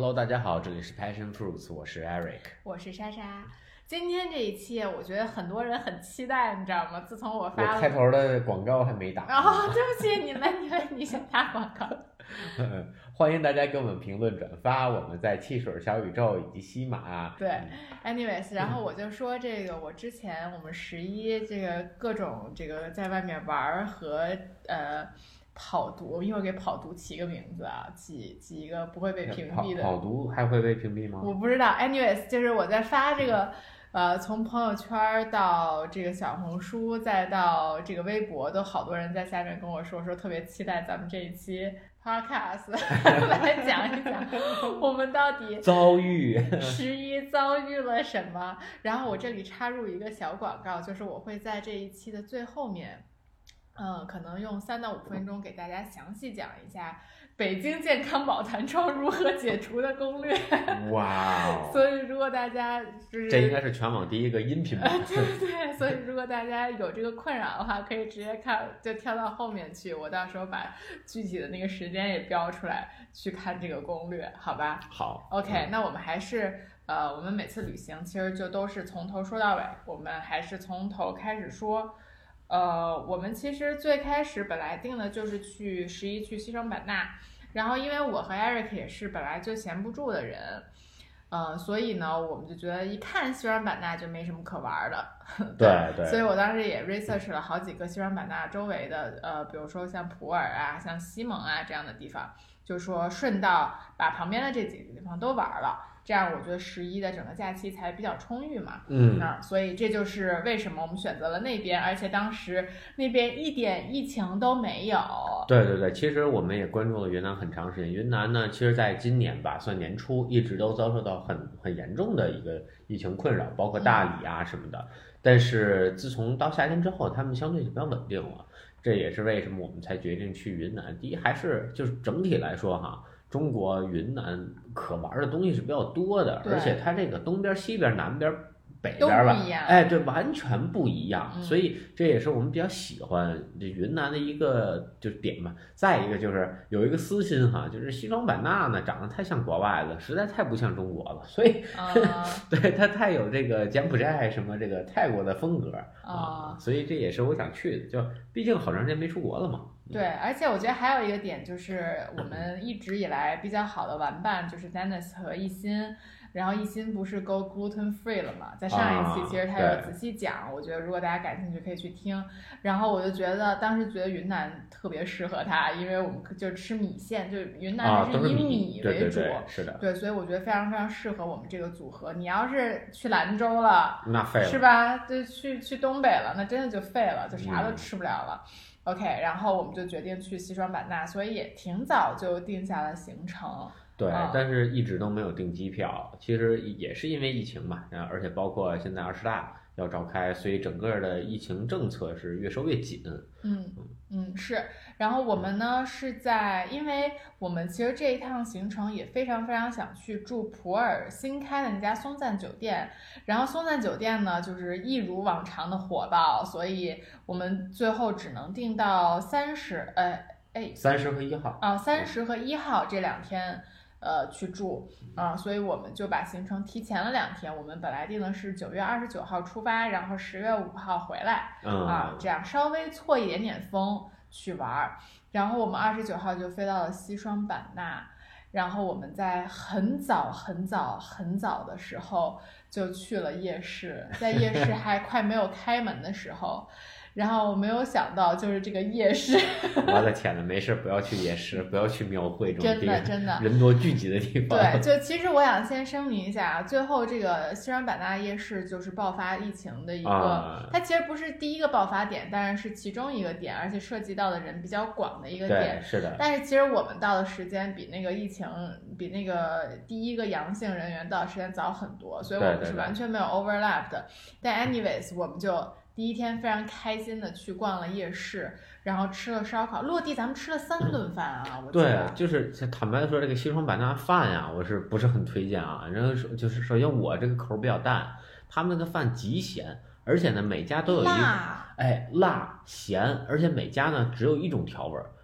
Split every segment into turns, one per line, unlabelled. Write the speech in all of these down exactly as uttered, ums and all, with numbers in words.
Hello，大家好，这里是 Passion Fruits， 我是 Eric，
我是莎莎。今天这一期，我觉得很多人很期待，你知道吗？自从我发了，
我开头的广告还没打。
哦，对不起，你们，你们，你先打广告。
欢迎大家给我们评论转发，我们在汽水小宇宙以及西马。
对 ，anyways， 然后我就说这个，我之前我们十一这个各种这个在外面玩和呃。跑毒，我一会儿给跑毒起个名字啊，起起一个不会被屏蔽的。
跑毒还会被屏蔽吗？
我不知道。anyways， 就是我在发这个，呃，从朋友圈到这个小红书，再到这个微博，都好多人在下面跟我说，说特别期待咱们这一期 podcast 来讲一讲我们到底
遭遇
十一遭遇了什么。然后我这里插入一个小广告，就是我会在这一期的最后面。嗯，可能用三到五分钟给大家详细讲一下北京健康宝弹窗如何解除的攻略。
哇哦！
所以如果大家就是
这应该是全网第一个音频版。
对对，所以如果大家有这个困扰的话，可以直接看，就跳到后面去，我到时候把具体的那个时间也标出来，去看这个攻略，好吧？
好
，OK，、嗯、那我们还是呃，我们每次旅行其实就都是从头说到尾，我们还是从头开始说。呃，我们其实最开始本来定的就是去十一去西双版纳，然后因为我和 Eric 也是本来就闲不住的人，呃，所以呢，我们就觉得一看西双版纳就没什么可玩的，
对 对, 对，
所以我当时也 research 了好几个西双版纳周围的，呃，比如说像普洱啊、像西蒙啊这样的地方，就说顺道把旁边的这几个地方都玩了。这样我觉得十一的整个假期才比较充裕嘛，
嗯，
那所以这就是为什么我们选择了那边，而且当时那边一点疫情都没有。
对对对，其实我们也关注了云南很长时间。云南呢，其实在今年吧，算年初一直都遭受到很很严重的一个疫情困扰，包括大理啊什么的。嗯、但是自从到夏天之后，他们相对就比较稳定了。这也是为什么我们才决定去云南。第一，还是就是整体来说哈。中国云南可玩的东西是比较多的，而且它这个东边、西边、南边、北边吧，哎，对，完全不一样、嗯，所以这也是我们比较喜欢这云南的一个就是点嘛。再一个就是有一个私心哈，就是西双版纳呢长得太像国外了，实在太不像中国了，所以、uh... 对它太有这个柬埔寨什么这个泰国的风格啊， uh... 所以这也是我想去的，就毕竟好长时间没出国了嘛。
对，而且我觉得还有一个点就是我们一直以来比较好的玩伴就是 Dennis 和一心，然后一心不是 Go Gluten Free 了嘛，在上一期其实他有仔细讲、啊、我觉得如果大家感兴趣可以去听。然后我就觉得当时觉得云南特别适合他，因为我们就吃米线，就云南还是以米为主、
啊、对, 对, 对, 是的，
对，所以我觉得非常非常适合我们这个组合。你要是去兰州了，
那废了
是吧？对，去去东北了，那真的就废了，就啥都吃不了了。嗯OK， 然后我们就决定去西双版纳，所以也挺早就定下了行程。
对、
嗯，
但是一直都没有订机票，其实也是因为疫情嘛，而且包括现在二十大要召开，所以整个的疫情政策是越收越紧。
嗯嗯是，然后我们呢是在，因为我们其实这一趟行程也非常非常想去住普洱新开的那家松赞酒店，然后松赞酒店呢就是一如往常的火爆，所以我们最后只能订到三十，呃，哎，
三十和一号
啊，三十和一号这两天。呃，去住啊、呃，所以我们就把行程提前了两天。我们本来定的是九月二十九号出发，然后十月五号回来、
嗯、
啊，这样稍微错一点点风去玩。然后我们二十九号就飞到了西双版纳，然后我们在很早很早很早的时候就去了夜市，在夜市还快没有开门的时候。然后我没有想到，就是这个夜市，
我的天呐，没事不要去夜市，不要去庙会这种地方，
真的真的
人多聚集的地方。
对，就其实我想先声明一下，最后这个西双版纳夜市就是爆发疫情的一个、啊，它其实不是第一个爆发点，但是是其中一个点，而且涉及到的人比较广的一个点。
对，是的。
但是其实我们到的时间比那个疫情，比那个第一个阳性人员到的时间早很多，所以我们是完全没有 overlap 的。对对对，但 anyways， 我们就。第一天非常开心的去逛了夜市，然后吃了烧烤，落地咱们吃了三顿饭啊！我
对，就是坦白说，这个西双版纳饭呀，我是不是很推荐啊？然后说就是首先我这个口比较淡，他们那个饭极咸，而且呢每家都有一
辣，
哎辣咸，而且每家呢只有一种调味儿。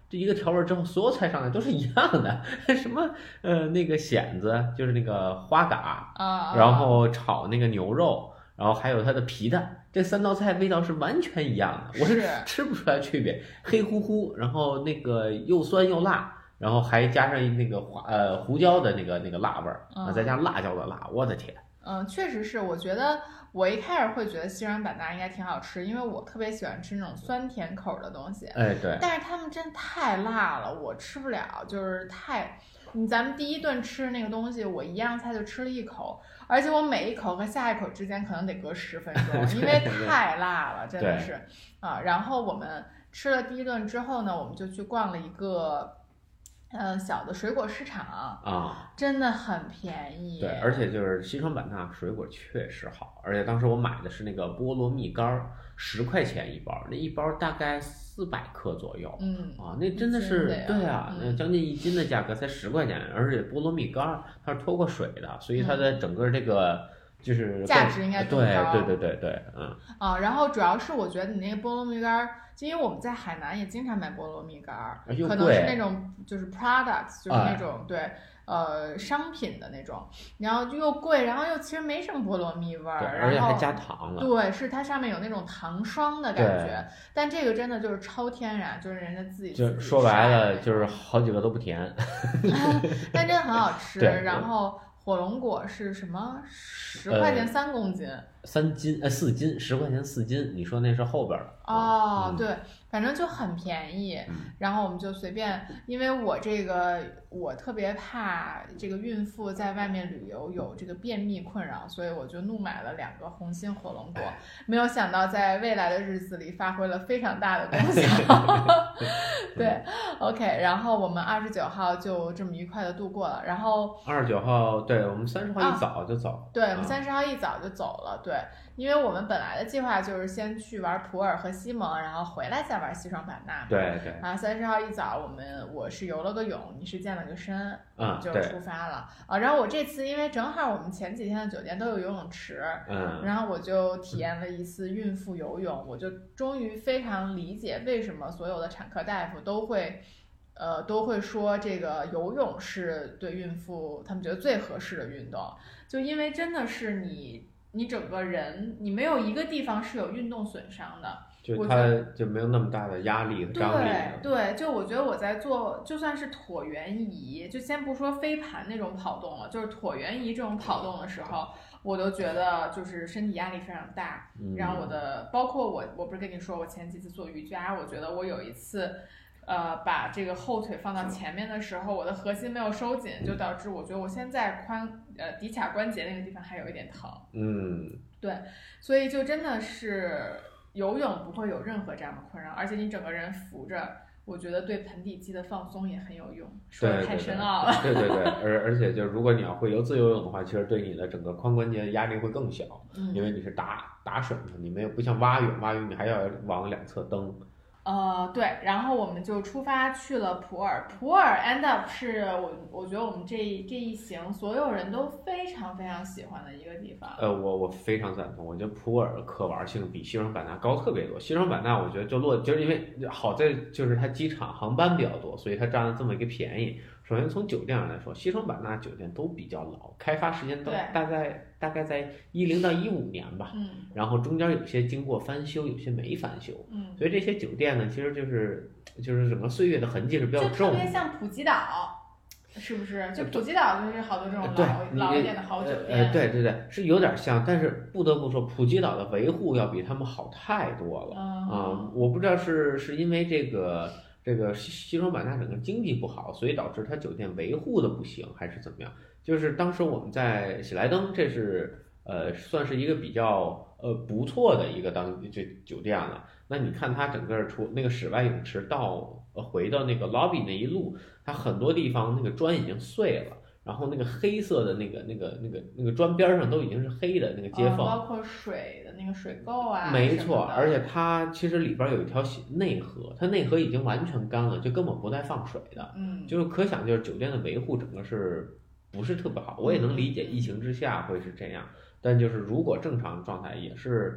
这一个调味之后，所有菜上来都是一样的，什么呃那个蚬子，就是那个花蛤，
啊，
然后炒那个牛肉，然后还有它的皮蛋，这三道菜味道是完全一样的，我是
是
吃不出来区别，黑乎乎，然后那个又酸又辣。然后还加上那个花呃胡椒的那个那个辣味儿，啊，再加辣椒的辣，我的天！
嗯，确实是，我觉得我一开始会觉得西双版纳应该挺好吃，因为我特别喜欢吃那种酸甜口的东西。
哎，对。
但是他们真太辣了，我吃不了，就是太，你咱们第一顿吃的那个东西，我一样菜就吃了一口，而且我每一口和下一口之间可能得隔十分钟，因为太辣了，真的是啊。然后我们吃了第一顿之后呢，我们就去逛了一个。嗯，小的水果市场
啊，
真的很便宜。
对，而且就是西双版纳水果确实好，而且当时我买的是那个菠萝蜜干儿，十块钱一包，那一包大概四百克左右。
嗯
啊，那真的是
的
对啊，那将近一斤的价格才十块钱，而且菠萝蜜干儿它是脱过水的，所以它的整个这个。就是
价值应该更高，
对对对对对，嗯
啊，然后主要是我觉得你那个菠萝蜜干儿，因为我们在海南也经常买菠萝蜜干儿，可能是那种就是 products， 就是那种、哎、对呃商品的那种，然后又贵，然后又其实没什么菠萝蜜味儿，
而且还加糖了，
对，是它上面有那种糖霜的感觉，但这个真的就是超天然，就是人家自己
就说白了就是好几个都不甜，
但真的很好吃，然后。火龙果是什么？十块钱三公斤，呃、
三斤呃四斤，十块钱四斤。你说那是后边的
哦、
嗯，
对，反正就很便宜。
嗯、
然后我们就随便，因为我这个我特别怕这个孕妇在外面旅游有这个便秘困扰，所以我就怒买了两个红心火龙果。没有想到在未来的日子里发挥了非常大的功效。对 ，OK， 然后我们二十九号就这么愉快的度过了。然后
二十九号，对我们三十号一早就走。
啊、对，我们三十号一早就走了。对，因为我们本来的计划就是先去玩普洱和西蒙，然后回来再玩西双版纳。
对对。
然后三十号一早，我们我是游了个泳，你是健了个身，
嗯，
就出发了啊。然后我这次因为正好我们前几天的酒店都有游泳池，
嗯，
然后我就体验了一次孕妇游泳，我就终于非常理解为什么所有的产科大夫都会。呃，都会说这个游泳是对孕妇他们觉得最合适的运动，就因为真的是你你整个人你没有一个地方是有运动损伤的，
就它就没有那么大的压力和张力。
对对，就我觉得我在做，就算是椭圆仪，就先不说飞盘那种跑动了，就是椭圆仪这种跑动的时候，我都觉得就是身体压力非常大。
嗯、
然后我的，包括我，我不是跟你说我前几次做瑜伽，我觉得我有一次。呃，把这个后腿放到前面的时候，我的核心没有收紧，就导致我觉得我现在髋呃骶髂关节那个地方还有一点疼。
嗯，
对，所以就真的是游泳不会有任何这样的困扰，而且你整个人浮着，我觉得对盆底肌的放松也很有用。说的太深奥了。
对对 对, 对, 对，而而且就是如果你要会游自由泳的话，其实对你的整个髋关节压力会更小，
嗯、
因为你是打打水嘛，你没有不像蛙泳，蛙泳你还要往两侧蹬。
呃，对，然后我们就出发去了普洱。普洱 end up 是我，我觉得我们这这一行所有人都非常非常喜欢的一个地方。
呃，我我非常赞同，我觉得普洱可玩性比西双版纳高特别多。西双版纳我觉得就落，就是因为好在就是它机场航班比较多，所以它占了这么一个便宜。首先从酒店上来说，西双版纳酒店都比较老，开发时间都大概大概在一零到一五年吧，
嗯，
然后中间有些经过翻修，有些没翻修，
嗯，
所以这些酒店呢，其实就是就是整个岁月的痕迹是比较重的，
就特别像普吉岛，是不是？就普吉岛就是好多这种老老一点的好酒店，
呃，对对对，是有点像，但是不得不说，普吉岛的维护要比他们好太多了啊、
嗯
呃！我不知道是是因为这个。这个西西双版纳整个经济不好，所以导致它酒店维护的不行，还是怎么样？就是当时我们在喜来登，这是呃算是一个比较呃不错的一个当这酒店了。那你看它整个出那个室外泳池到呃回到那个 lobby 那一路，它很多地方那个砖已经碎了。然后那个黑色的那个、那个、那个、那个砖边上都已经是黑的那个接缝，
包括水的那个水垢啊。
没错，而且它其实里边有一条内河，它内河已经完全干了，就根本不带放水的。
嗯，
就是可想就是酒店的维护整个是不是特别好？我也能理解疫情之下会是这样，但就是如果正常状态也是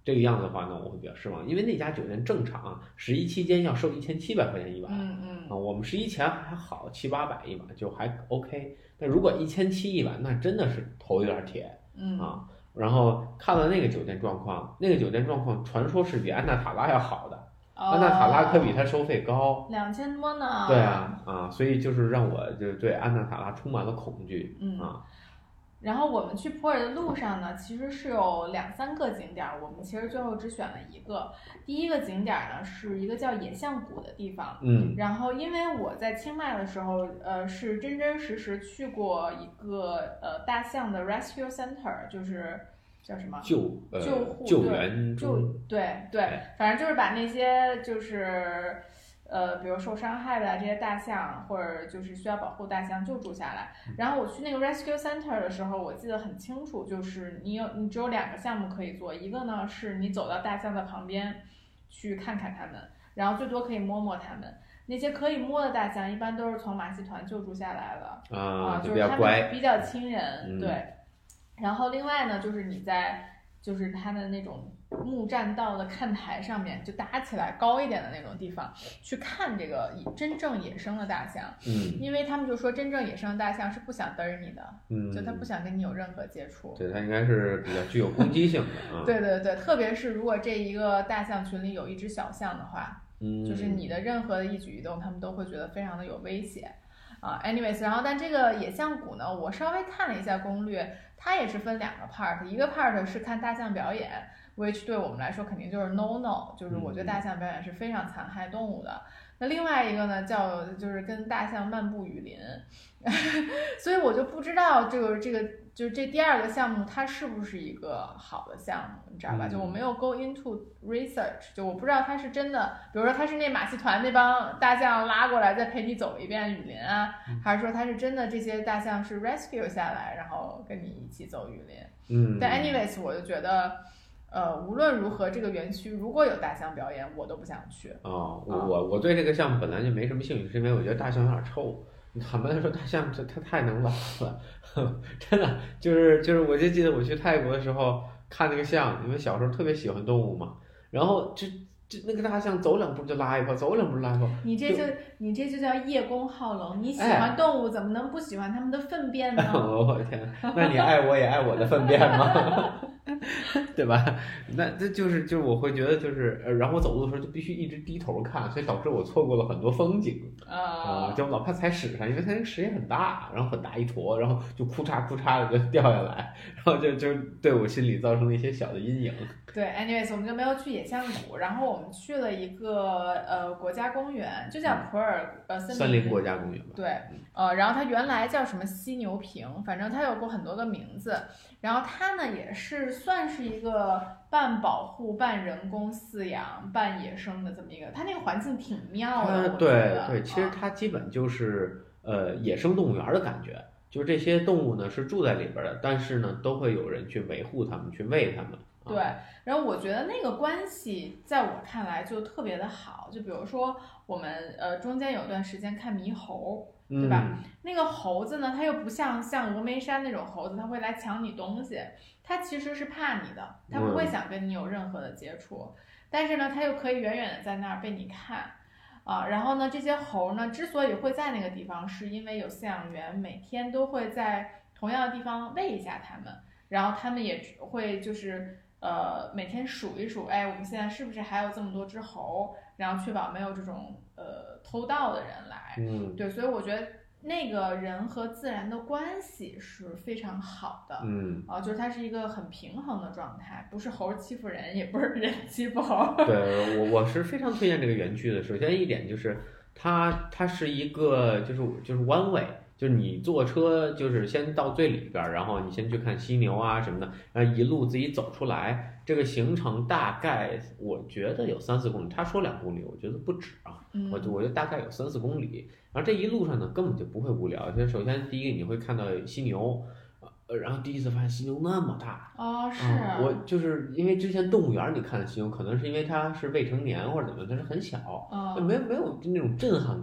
这个样子的话呢，我会比较失望，因为那家酒店正常啊，十一期间要收一千七百块钱一晚，
嗯嗯
啊，我们十一前还好，七八百一晚就还 OK，但如果一千七一晚，那真的是头有点铁，
嗯
啊。然后看了那个酒店状况，那个酒店状况传说是比安娜塔拉要好的，
哦、
安娜塔拉可比它收费高，
两千多呢。
对啊啊，所以就是让我就对安娜塔拉充满了恐惧，
嗯
啊。
然后我们去普洱的路上呢，其实是有两三个景点，我们其实最后只选了一个。第一个景点呢是一个叫野象谷的地方，
嗯，
然后因为我在清迈的时候，呃，是真真实实去过一个呃大象的 rescue center， 就是叫什么
救呃
救护
救援
救对对，反正就是把那些就是。呃，比如受伤害的这些大象，或者就是需要保护大象救助下来。然后我去那个 rescue center 的时候，我记得很清楚，就是你有你只有两个项目可以做，一个呢是你走到大象的旁边去看看它们，然后最多可以摸摸它们。那些可以摸的大象，一般都是从马戏团救助下来的
啊，
就是它们比较亲人，
嗯、
对。然后另外呢，就是你在就是它的那种木栈道的看台上面，就搭起来高一点的那种地方，去看这个真正野生的大象。
嗯，
因为他们就说真正野生的大象是不想嘚你的，
嗯，
就它不想跟你有任何接触。
对，它应该是比较具有攻击性的啊。
对对对，特别是如果这一个大象群里有一只小象的话，
嗯，
就是你的任何的一举一动，他们都会觉得非常的有威胁。啊 ，anyways， 然后但这个野象谷呢，我稍微看了一下攻略，它也是分两个 part， 一个 part 是看大象表演 ，which 对我们来说肯定就是 no no， 就是我觉得大象表演是非常残害动物的。那另外一个呢，叫就是跟大象漫步雨林，所以我就不知道这个这个就是这第二个项目它是不是一个好的项目，你知道吧？就我没有 go into research， 就我不知道它是真的，比如说它是那马戏团那帮大象拉过来再陪你走一遍雨林啊，还是说它是真的这些大象是 rescue 下来然后跟你一起走雨林？
嗯，
但 anyways 我就觉得。呃，无论如何，这个园区如果有大象表演，我都不想去。
哦，我我我对这个项目本来就没什么兴趣，是因为我觉得大象有点臭。坦白来说，大象它它太能拉了，真的就是就是，我就记得我去泰国的时候看那个象，因为小时候特别喜欢动物嘛，然后这这那个大象走两步就拉一泡，走两步拉一泡。
你这就你这就叫叶公好龙，你喜欢动物、哎、怎么能不喜欢它们的粪便呢？
我的天，那你爱我也爱我的粪便吗？对吧？那这就是就是我会觉得就是呃，然后我走路的时候就必须一直低头看，所以导致我错过了很多风景啊、呃，就老怕踩屎上，因为它那个屎也很大，然后很大一坨，然后就哭嚓哭嚓的就掉下来，然后就就对我心里造成了一些小的阴影。
对 ，anyways 我们就没有去野象谷，然后我们去了一个呃国家公园，就叫普洱呃森林
森林国家公园吧。
对，呃，然后它原来叫什么犀牛坪，反正它有过很多个名字。然后它呢也是算是一个半保护、半人工饲养、半野生的这么一个，它那个环境挺妙的。
对对，其实它基本就是呃野生动物园的感觉，就是这些动物呢是住在里边的，但是呢都会有人去维护它们，去喂它们。
对，然后我觉得那个关系在我看来就特别的好，就比如说我们呃中间有段时间看猕猴。对吧、嗯？那个猴子呢，它又不像像峨眉山那种猴子，它会来抢你东西，它其实是怕你的，它不会想跟你有任何的接触，嗯、但是呢，它又可以远远的在那儿被你看，啊，然后呢，这些猴呢，之所以会在那个地方，是因为有饲养员每天都会在同样的地方喂一下它们，然后它们也会就是呃每天数一数，哎，我们现在是不是还有这么多只猴，然后确保没有这种呃偷盗的人来。
嗯，
对，所以我觉得那个人和自然的关系是非常好的，
嗯，
啊，就是它是一个很平衡的状态，不是猴欺负人，也不是人欺负猴。
对，我我是非常推荐这个园区的。首先一点就是它它是一个就是就是 one way，就是你坐车就是先到最里边，然后你先去看犀牛啊什么的，然后一路自己走出来。这个行程大概我觉得有三四公里，他说两公里，我觉得不止啊，
嗯、
我我觉得大概有三四公里。然后这一路上呢，根本就不会无聊。就首先第一个你会看到犀牛，呃，然后第一次发现犀牛那么大
哦，是、
嗯，我就是因为之前动物园你看的犀牛，可能是因为它是未成年或者怎么，它是很小，
哦、
没有没有那种震撼感。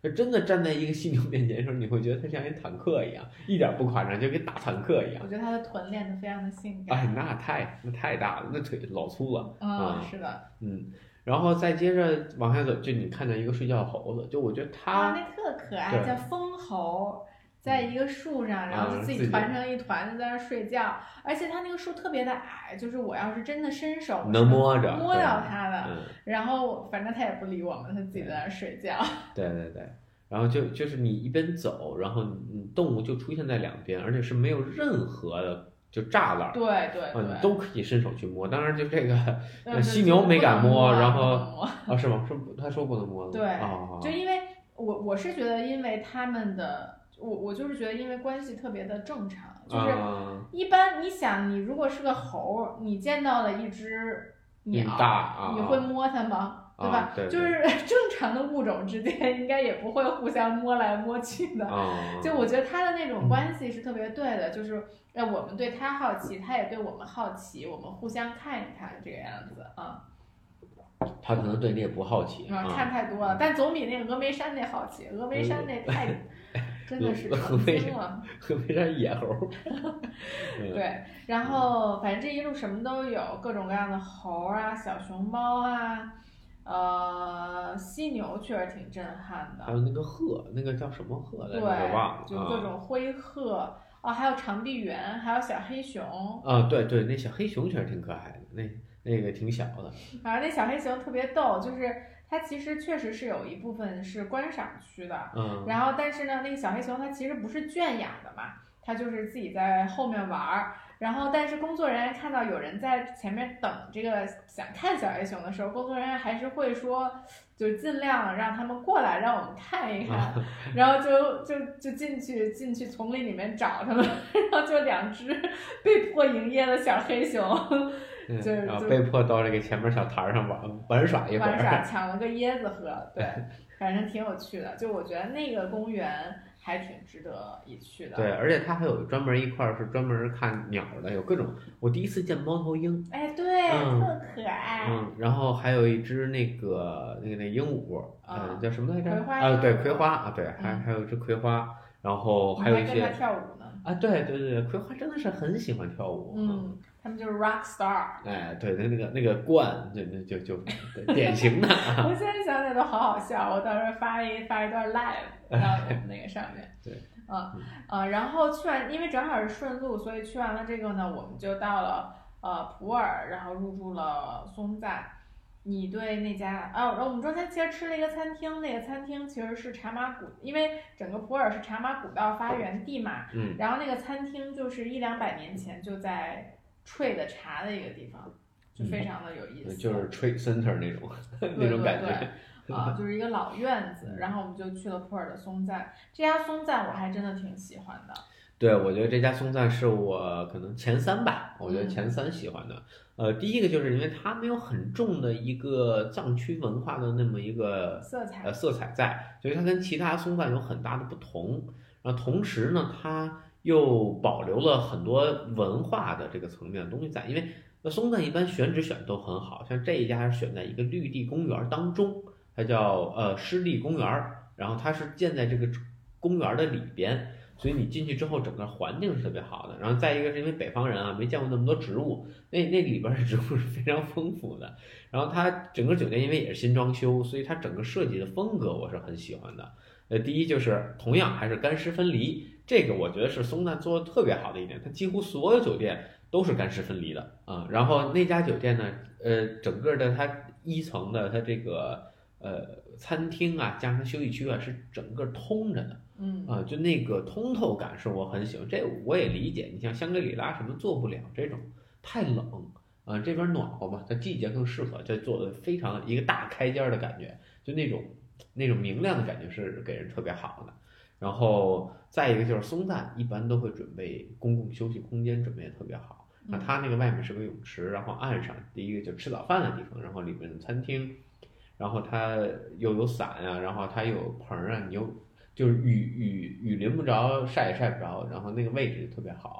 真的站在一个犀牛面前的时候，你会觉得它像一坦克一样，一点不夸张，就跟大坦克一样。
我觉得它的臀练得非常的性感。
哎，那太那太大了，那腿老粗了。
嗯，
嗯
是的。
嗯，然后再接着往下走，就你看到一个睡觉的猴子，就我觉得它、
啊、那特可爱，叫蜂猴。在一个树上，然后就自己团成一团，就在那睡觉。而且它那个树特别的矮，就是我要是真的伸手
能摸着
摸到它的。
嗯、
然后反正它也不理我们，它自己在那睡觉。
对对对，然后就就是你一边走，然后你动物就出现在两边，而且是没有任何的就栅栏。
对对对，
你都可以伸手去摸。当然就这个
嗯、
犀牛没敢
摸，
然后啊是吗？是他说不能摸的。
对，
哦、
就因为我我是觉得，因为他们的。我我就是觉得，因为关系特别的正常，就是一般你想，你如果是个猴，你见到了一只鸟，
大
你会摸它吗？
啊、
对吧？
对对
就是正常的物种之间应该也不会互相摸来摸去的。
啊、
就我觉得他的那种关系是特别对的，就是呃我们对他好奇，他也对我们好奇，我们互相看一看这个样子啊。
他可能对你也不好奇，
啊、看太多了，但总比那个峨眉山那好奇，峨眉山那太。真的是成精了，
峨眉山野猴。
对，然后反正这一路什么都有，各种各样的猴啊、小熊猫啊，呃，犀牛确实挺震撼的。
还有那个鹤，那个叫什么鹤来着？
对，
忘了。
就各种灰鹤哦，还有长臂猿，还有小黑熊。
啊，对对，那小黑熊确实挺可爱的，那那个挺小的。
反正那小黑熊特别逗，就是。它其实确实是有一部分是观赏区的，
嗯，
然后但是呢，那个小黑熊它其实不是圈养的嘛，它就是自己在后面玩儿，然后但是工作人员看到有人在前面等这个想看小黑熊的时候，工作人员还是会说，就尽量让他们过来让我们看一看，然后就就就进去进去丛林里面找他们，然后就两只被迫营业的小黑熊。
嗯、
就
然后被迫到这个前面小台上玩玩耍一会儿，
玩耍抢了个椰子喝，对，反正挺有趣的。就我觉得那个公园还挺值得一去的。
对，而且它还有专门一块是专门看鸟的，有各种。我第一次见猫头鹰，
哎，对，
嗯、
特可爱。
嗯，然后还有一只那个那个那鹦鹉，嗯、呃，叫什么来着？
葵花
啊，对，葵花啊，对，还、
嗯、
还有一只葵花，然后还有一些。
你还跟它跳舞呢。
啊，对对对，葵花真的是很喜欢跳舞。
嗯。他们就是 rock star，
哎，对，那那个那个冠，就就就就典型的。
我现在想起来都好好笑，我到时候发一发一段 live 到我们那个上面。
对，
啊啊，然后去完，因为正好是顺路，所以去完了这个呢，我们就到了呃普洱，然后入住了松赞。你对那家啊，然后我们中间其实吃了一个餐厅，那个餐厅其实是茶马古，因为整个普洱是茶马古道发源地嘛，
嗯，
然后那个餐厅就是一两百年前就在。吹的茶的一个地方，就非常的有意思，
嗯、就是 trade center 那种那种感觉，
对对对啊，就是一个老院子，然后我们就去了普洱的松赞，这家松赞我还真的挺喜欢的。
对，我觉得这家松赞是我可能前三吧，我觉得前三喜欢的。嗯、呃，第一个就是因为它没有很重的一个藏区文化的那么一个
色彩，
呃色彩在，所以它跟其他松赞有很大的不同。然后同时呢，它又保留了很多文化的这个层面的东西在，因为那松赞一般选址选都很好，像这一家是选在一个绿地公园当中，它叫呃湿地公园，然后它是建在这个公园的里边，所以你进去之后整个环境是特别好的。然后再一个是因为北方人啊没见过那么多植物，那那里边的植物是非常丰富的。然后它整个酒店因为也是新装修，所以它整个设计的风格我是很喜欢的。呃，第一就是同样还是干湿分离。这个我觉得是松赞做的特别好的一点，它几乎所有酒店都是干湿分离的啊、嗯。然后那家酒店呢，呃，整个的它一层的它这个呃餐厅啊，加上休息区啊，是整个通着的，
嗯
啊、呃，就那个通透感是我很喜欢。这我也理解，你像香格里拉什么做不了这种，太冷啊、呃，这边暖和嘛，它季节更适合，这做的非常一个大开间的感觉，就那种那种明亮的感觉是给人特别好的。然后再一个就是松赞一般都会准备公共休息空间，准备的特别好。那它那个外面是个泳池，然后岸上第一个就吃早饭的地方，然后里面的餐厅，然后它又有伞啊，然后它又有棚啊，你又就是雨雨雨淋不着，晒也晒不着，然后那个位置特别好。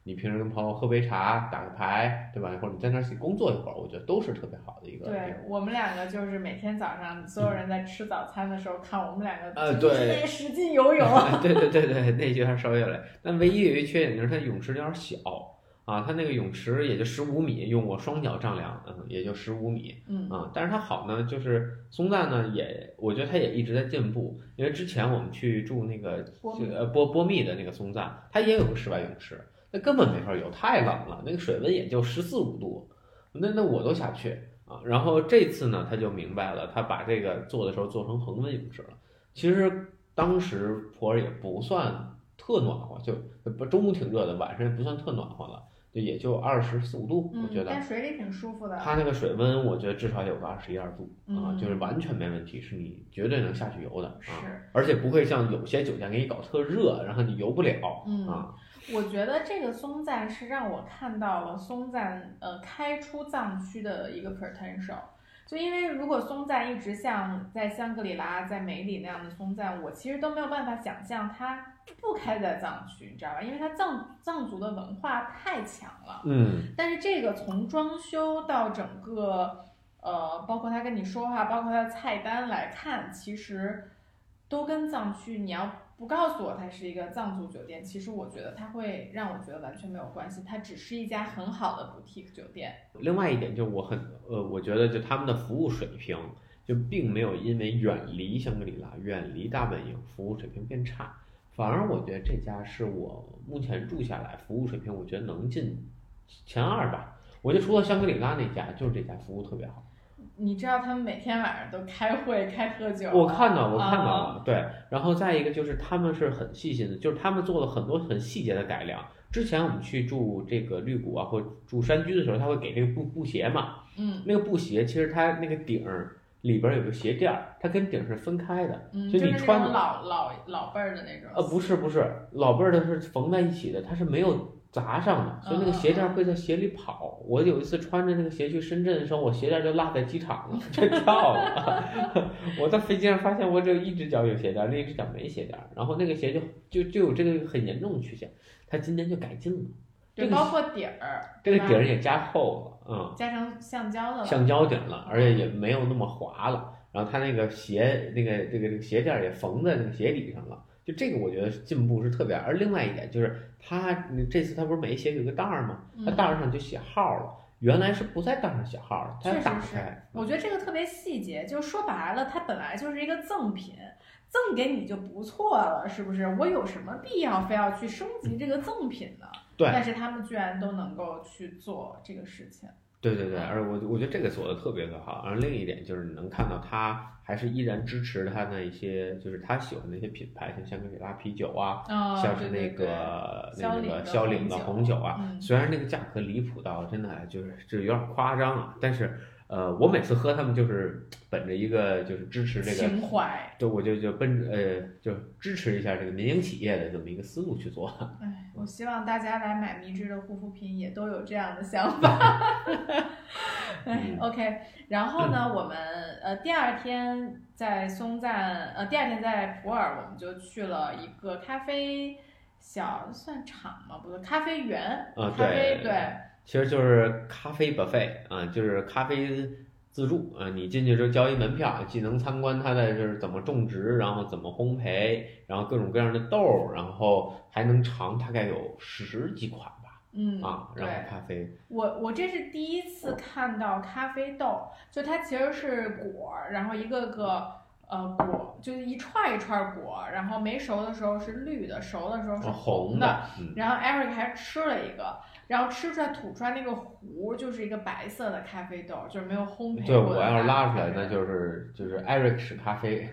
你平时跟朋友喝杯茶、打个牌，对吧？或者你在那儿工作一会儿，我觉得都是特别好的一个。
对我们两个就是每天早上所有人在吃早餐的时候，看我们两个
呃对
使劲游泳。
对对对对，那就稍微有点，但唯一有一缺点就是它泳池有点小。啊，它那个泳池也就十五米，用我双脚丈量，嗯，也就十五米，
嗯
啊，但是它好呢，就是松赞呢也，我觉得它也一直在进步，因为之前我们去住那个呃波波密的那个松赞，它也有个室外泳池，那根本没法游，太冷了，那个水温也就十四五度，那那我都下不去啊。然后这次呢，他就明白了，他把这个做的时候做成恒温泳池了。其实当时普洱也不算特暖和，就不中午挺热的，晚上也不算特暖和了。就也就二十四五度，
嗯，
我觉得。
但水里挺舒服的。
它那个水温，我觉得至少有个二十一二度、
嗯、
啊，就是完全没问题，是你绝对能下去游的啊。
是，
而且不会像有些酒店给你搞特热，然后你游不了、
嗯、
啊。
我觉得这个松赞是让我看到了松赞呃开出藏区的一个 potential。就因为如果松赞一直像在香格里拉、在梅里那样的松赞，我其实都没有办法想象它不开在藏区，你知道吧？因为它藏藏族的文化太强了。
嗯。
但是这个从装修到整个呃，包括他跟你说话，包括他的菜单来看，其实都跟藏区，你要不告诉我它是一个藏族酒店，其实我觉得它会让我觉得完全没有关系，它只是一家很好的 boutique 酒店。
另外一点就是我很呃，我觉得就他们的服务水平就并没有因为远离香格里拉、远离大本营，服务水平变差。反而我觉得这家是我目前住下来服务水平，我觉得能进前二吧。我觉得除了香格里拉那家，就是这家服务特别好。
你知道他们每天晚上都开会开特久？
我看到，我看到了，
啊、
对。然后再一个就是他们是很细心的，就是他们做了很多很细节的改良。之前我们去住这个绿谷啊，或住山居的时候，他会给这个布布鞋嘛，
嗯，
那个布鞋其实它那个顶儿里边有个鞋垫儿，它跟顶是分开的，
嗯、
所以你穿
的老老老辈儿的那种。
呃，不是不是，老辈儿的是缝在一起的，它是没有砸上的，所以那个鞋垫会在鞋里跑。我有一次穿着那个鞋去深圳的时候，我鞋垫就落在机场了，就掉了。我在飞机上发现我只有一只脚有鞋垫，另一只脚没鞋垫，然后那个鞋就就就有这个很严重的缺陷。他今年就改进了，
就包括底儿，
这个底儿也加厚了，嗯，
加成橡胶的了，
橡胶顶了，而且也没有那么滑了。然后它那个鞋那个这个这个鞋垫也缝在那个鞋底上了。就这个我觉得进步是特别，而另外一点就是他这次他不是每鞋有个袋儿吗？他袋儿上就写号了，原来是不在袋上写号了，他要打开。
我觉得这个特别细节，就说白了，它本来就是一个赠品，赠给你就不错了，是不是？我有什么必要非要去升级这个赠品呢？
对。
但是他们居然都能够去做这个事情。
对对对，而我我觉得这个做的特别的好。而另一点就是你能看到他还是依然支持他那一些，就是他喜欢的一些品牌，像香格里拉啤酒啊，
哦、
像是那个
对对对
那个萧岭的红酒啊，
嗯、
虽然那个价格离谱到真的就是就是有点夸张啊，但是呃，我每次喝他们就是本着一个就是支持这个
情怀，
对，我就就奔呃就支持一下这个民营企业的这么一个思路去做。
哎，我希望大家来买迷之的护肤品也都有这样的想法。哎 ，OK， 然后呢，我们呃第二天在松赞，呃第二天在普洱，我们就去了一个咖啡小算厂吗？不是，咖啡园。
啊，
咖啡
对。
对。
其实就是咖啡 buffet 啊，就是咖啡自助啊，你进去之后交一门票，既能参观它的就是怎么种植，然后怎么烘焙，然后各种各样的豆，然后还能尝大概有十几款吧，
嗯
啊，然后咖啡。
我我这是第一次看到咖啡豆，就它其实是果，然后一个个呃果，就是一串一串果，然后没熟的时候是绿的，熟的时候是红的。
哦红的嗯、
然后 Eric 还吃了一个。然后吃出来吐出来那个糊就是一个白色的咖啡豆，就是没有烘焙过的。
对，我要是拉出来，那就是就是 Eric 式咖啡。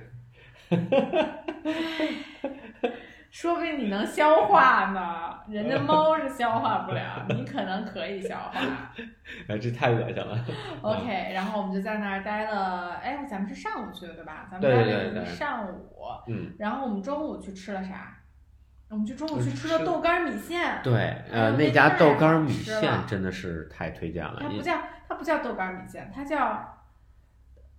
说不定你能消化呢，人家猫是消化不了，你可能可以消化。
哎，这太恶心了。
OK， 然后我们就在那儿待了，哎，咱们是上午去的对吧？咱们待了一上午。
嗯。
然后我们中午去吃了啥？我们就中午去吃了豆干米线。
对，呃，那家豆干米线真的是太推荐了。
它不叫它不叫豆干米线，它叫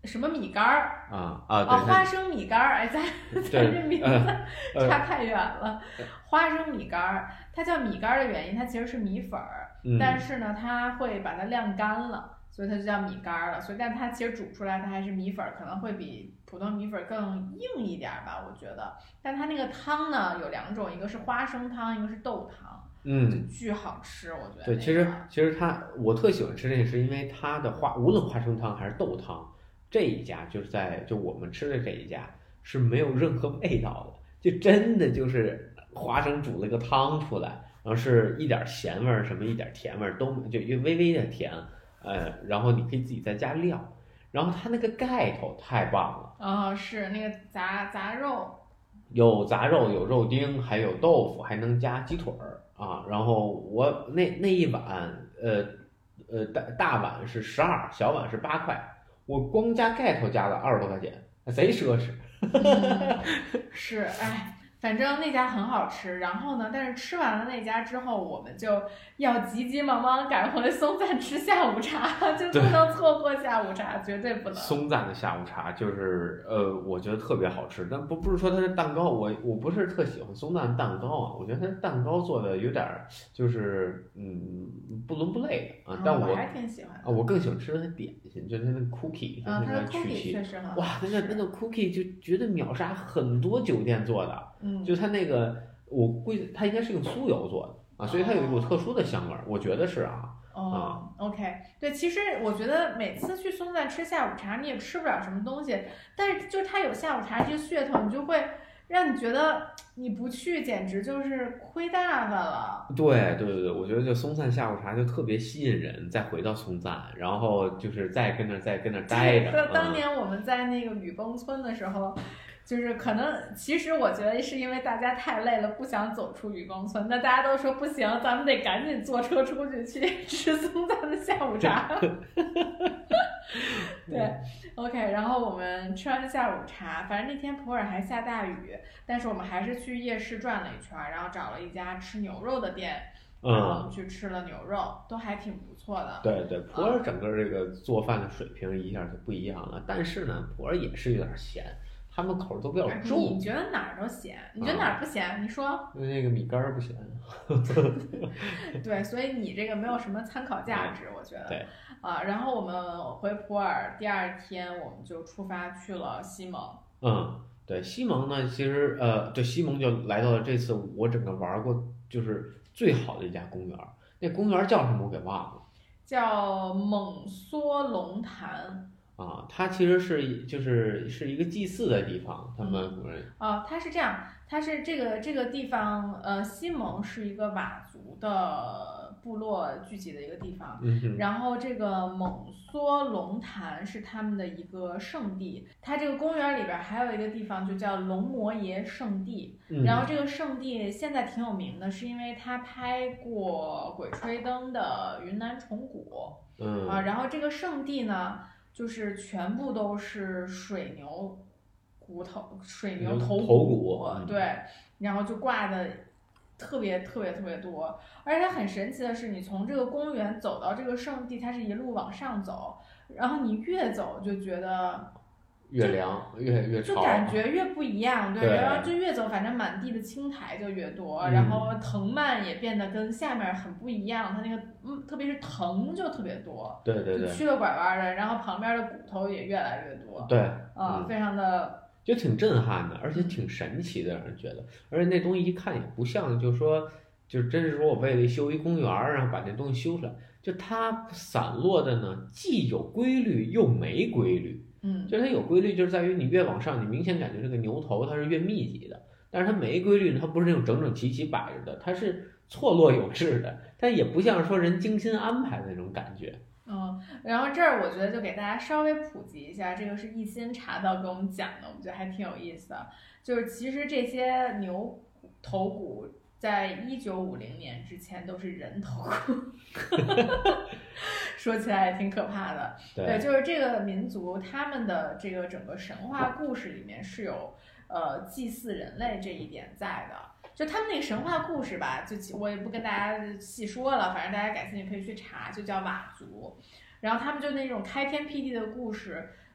什么米干儿
啊啊，对
啊，花生米干儿，哎，咱咱这名字
呃
差太远了。花生米干儿，它叫米干儿的原因，它其实是米粉儿，
嗯
但是呢，它会把它晾干了，所以它就叫米干儿了。所以，但它其实煮出来它还是米粉儿，可能会比普通米粉儿更硬一点儿吧，我觉得。但它那个汤呢有两种，一个是花生汤，一个是豆汤。
嗯，
就巨好吃，我觉得、那个。
对，其实其实它我特喜欢吃这个，是因为它的花，无论花生汤还是豆汤，这一家就是在就我们吃的这一家是没有任何味道的，就真的就是花生煮了个汤出来，然后是一点咸味儿什么一点甜味儿都就微微的甜，呃，然后你可以自己再加料，然后它那个盖头太棒了。
啊、哦，是那个杂杂肉。
有杂肉，有肉丁，还有豆腐，还能加鸡腿儿啊。然后我那那一碗，呃呃大大碗是十二，小碗是八块，我光加盖头加了二十多块钱，贼奢侈。
嗯、是，哎。反正那家很好吃，然后呢，但是吃完了那家之后，我们就要急急忙忙赶回松赞吃下午茶，就不能错过下午茶，绝对不能。
松赞的下午茶就是呃，我觉得特别好吃，但不不是说它的蛋糕，我我不是特喜欢松赞蛋糕啊，我觉得它的蛋糕做的有点就是嗯不伦不类的啊，但我、
哦、我还挺喜欢的
啊，我更喜欢吃它的点心，就是它那个 cookie，
啊，它的
曲
cookie 确实很好，
哇，那个那个 cookie 就绝对秒杀很多酒店做的。
嗯，
就它那个，我估计它应该是用酥油做的啊，所以它有一股特殊的香味儿，我觉得是啊。
哦、嗯、，OK， 对，其实我觉得每次去松赞吃下午茶，你也吃不了什么东西，但是就是它有下午茶这个噱头，你就会让你觉得你不去简直就是亏大发了。
对对对对，我觉得就松赞下午茶就特别吸引人，再回到松赞，然后就是再跟那再跟那待着。
当当年我们在那个雨崩村的时候。就是可能，其实我觉得是因为大家太累了，不想走出雨崩村。那大家都说不行，咱们得赶紧坐车出去去吃松赞的下午茶。对 ，OK， 然后我们吃完下午茶，反正那天普洱还下大雨，但是我们还是去夜市转了一圈，然后找了一家吃牛肉的店，然后我们去吃了牛肉，都还挺不错的。
对对，普洱整个这个做饭的水平一下就不一样了，但是呢，普洱也是有点咸。他们口都比较重。
你觉得哪儿都咸？你觉得哪儿不咸？啊、你说。
那个米干儿不咸。
对，所以你这个没有什么参考价值，我觉得。
对。
啊，然后我们回普洱，第二天我们就出发去了西蒙。
嗯，对，西蒙呢，其实呃，对，西蒙就来到了这次我整个玩过就是最好的一家公园，那公园叫什么我给忘了。
叫猛梭龙潭。
啊，它其实是就是是一个祭祀的地方，他们古人。
哦、嗯，它是这样，它是这个这个地方，呃，西蒙是一个佤族的部落聚集的一个地方，
嗯、
然后这个猛梭龙潭是他们的一个圣地。它这个公园里边还有一个地方就叫龙摩耶圣地，
嗯、
然后这个圣地现在挺有名的，是因为他拍过《鬼吹灯》的云南虫谷，
嗯
啊，然后这个圣地呢。就是全部都是水牛骨头、水牛头骨，
头骨
对，然后就挂的特别特别特别多。而且它很神奇的是，你从这个公园走到这个圣地，它是一路往上走，然后你越走就觉得
越凉，越越
就感觉越不一样，对，
对
然后就越走，反正满地的青苔就越多，
嗯、
然后藤蔓也变得跟下面很不一样，它那个嗯，特别是藤就特别多，
对对对，
就曲了拐弯的，然后旁边的骨头也越来越多，
对，
啊、嗯，非常的
就挺震撼的，而且挺神奇的，让人觉得，而且那东西一看也不像，就是说，就真是说我为了修一公园，然后把那东西修出来，就它散落的呢，既有规律又没规律。
嗯，
就是它有规律，就是在于你越往上，你明显感觉这个牛头它是越密集的，但是它没规律，它不是那种整整齐齐摆着的，它是错落有致的，但也不像说人精心安排的那种感觉。
嗯，然后这儿我觉得就给大家稍微普及一下，这个是一心查到给我们讲的，我觉得还挺有意思的。就是其实这些牛头骨在一九五零年之前都是人头骨。说起来也挺可怕的， 对, 对，就是这个民族他们的这个整个神话故事里面是有呃祭祀人类这一点在的，就他们那个神话故事吧，就我也不跟大家细说了，反正大家感兴趣可以去查，就叫佤族，然后他们就那种开天辟地的故事，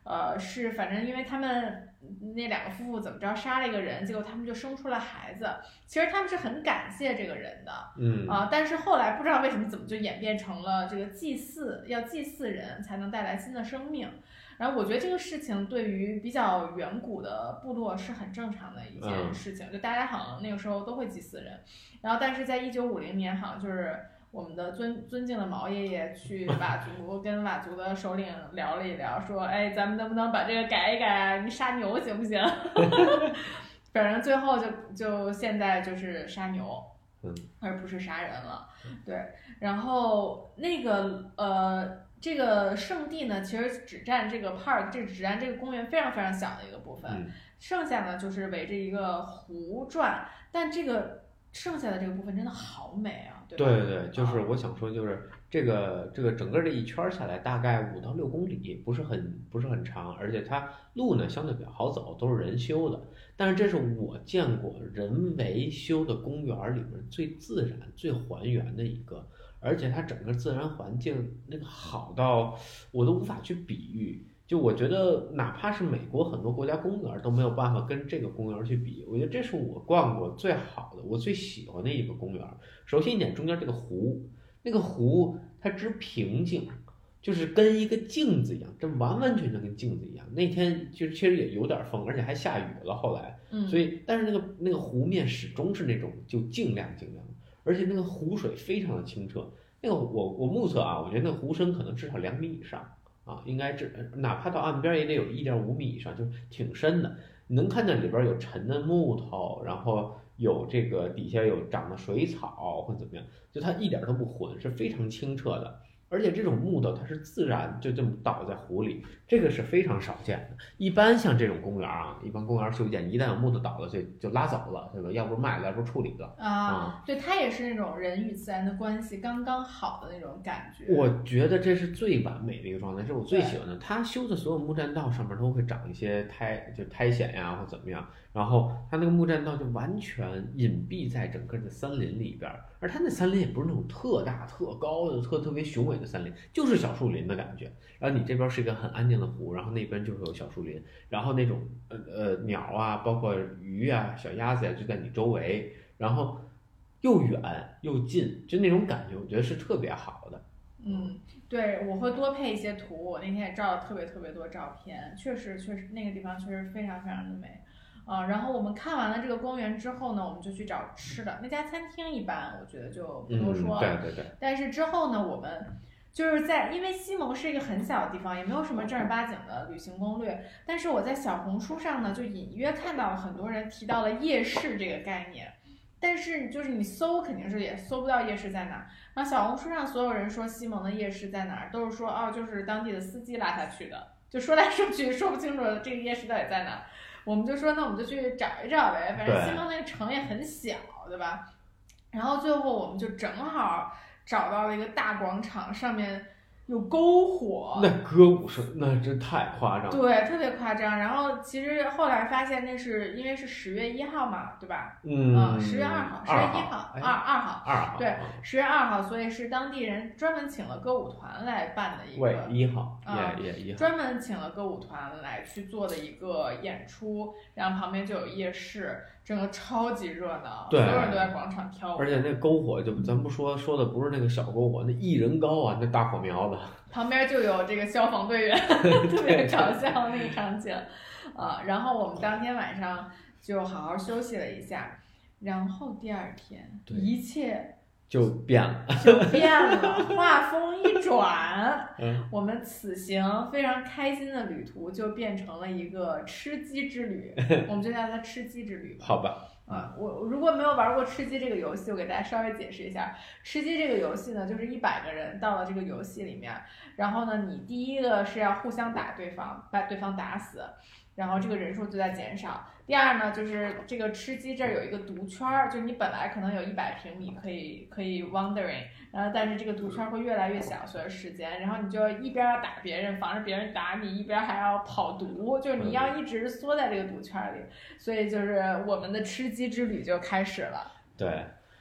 呃，是反正因为他们那两个夫妇怎么着杀了一个人，结果他们就生出了孩子。其实他们是很感谢这个人的，
嗯
啊、呃，但是后来不知道为什么怎么就演变成了这个祭祀，要祭祀人才能带来新的生命。然后我觉得这个事情对于比较远古的部落是很正常的一件事情，嗯、就大家好像那个时候都会祭祀人。然后但是在一九五零年，好像就是我们的尊尊敬的毛爷爷去佤族跟佤族的首领聊了一聊，说，哎，咱们能不能把这个改一改啊？你杀牛行不行？反正最后就就现在就是杀牛，
嗯，
而不是杀人了。对，然后那个呃。这个圣地呢，其实只占这个 park， 这只占这个公园非常非常小的一个部分，
嗯、
剩下呢就是围着一个湖转，但这个剩下的这个部分真的好美啊，对吧？
对对对，就是我想说，就是这个这个整个这一圈下来大概五到六公里，不是很不是很长，而且它路呢相对比较好走，都是人修的。但是这是我见过人为修的公园里面最自然、最还原的一个。而且它整个自然环境那个好到我都无法去比喻，就我觉得哪怕是美国很多国家公园都没有办法跟这个公园去比。我觉得这是我逛过最好的，我最喜欢的一个公园。首先一点，中间这个湖，那个湖它之平静，就是跟一个镜子一样，这完完全全跟镜子一样。那天其实其实也有点风，而且还下雨了，后来，
嗯，
所以但是那个那个湖面始终是那种就净亮净亮。而且那个湖水非常的清澈，那个我我目测啊，我觉得那个湖深可能至少两米以上啊，应该至哪怕到岸边也得有一点五米以上，就是挺深的。你能看见里边有沉的木头，然后有这个底下有长的水草或者怎么样，就它一点都不浑，是非常清澈的。而且这种木头它是自然就这么倒在湖里，这个是非常少见的。一般像这种公园啊，一般公园修建一旦有木头倒了，就就拉走了，对吧？要不卖了，要不处理了
啊、嗯。对，它也是那种人与自然的关系刚刚好的那种感觉。
我觉得这是最完美的一个状态，是我最喜欢的。它修的所有木栈道上面都会长一些苔，就苔藓呀或怎么样，然后它那个木栈道就完全隐蔽在整个的森林里边，而它那森林也不是那种特大特高的特特别雄伟的森林，就是小树林的感觉。然后你这边是一个很安静的湖，然后那边就是有小树林，然后那种呃呃鸟啊，包括鱼啊、小鸭子呀、啊、就在你周围，然后又远又近，就那种感觉，我觉得是特别好的。
嗯，对，我会多配一些图，我那天也照了特别特别多照片，确实确实那个地方确实非常非常的美。啊、呃，然后我们看完了这个公园之后呢，我们就去找吃的。那家餐厅一般，我觉得就不多说了。
嗯、对对对。
但是之后呢，我们就是在，因为西蒙是一个很小的地方，也没有什么正儿八经的旅行攻略。但是我在小红书上呢，就隐约看到了很多人提到了夜市这个概念。但是就是你搜肯定是也搜不到夜市在哪儿。然后小红书上所有人说西蒙的夜市在哪儿，都是说哦，就是当地的司机拉他去的，就说来说去说不清楚这个夜市到底在哪儿。我们就说那我们就去找一找呗，反正西蒙那个城也很小，对吧？然后最后我们就正好找到了一个大广场，上面有篝火，
那歌舞是那真太夸张了，
对，特别夸张。然后其实后来发现那是因为是十月一号嘛，对吧？
嗯，
十、呃、月二号，十月一号，二二号，
二号，
对，十月二号，所以是当地人专门请了歌舞团来办的一个，
喂，一号，
啊、
也也一号，
专门请了歌舞团来去做的一个演出，然后旁边就有夜市。整个超级热闹，所有人都在广场跳舞，
而且那篝火就咱不说说的不是那个小篝火，那一人高啊，那大火苗子，
旁边就有这个消防队员，特别搞笑那个场景啊。然后我们当天晚上就好好休息了一下，然后第二天一切
就变了，
就变了，画风一转，
嗯，
我们此行非常开心的旅途就变成了一个吃鸡之旅，我们就叫它吃鸡之旅吧。
好吧。
啊，我如果没有玩过吃鸡这个游戏，我给大家稍微解释一下。吃鸡这个游戏呢，就是一百个人到了这个游戏里面，然后呢，你第一个是要互相打对方，把对方打死，然后这个人数就在减少。第二呢，就是这个吃鸡这儿有一个毒圈儿，就你本来可能有一百平米可以可以 wandering， 然后但是这个毒圈会越来越小，随着时间，然后你就一边要打别人，防止别人打你，一边还要跑毒，就是你要一直缩在这个毒圈里，所以就是我们的吃鸡之旅就开始了。
对，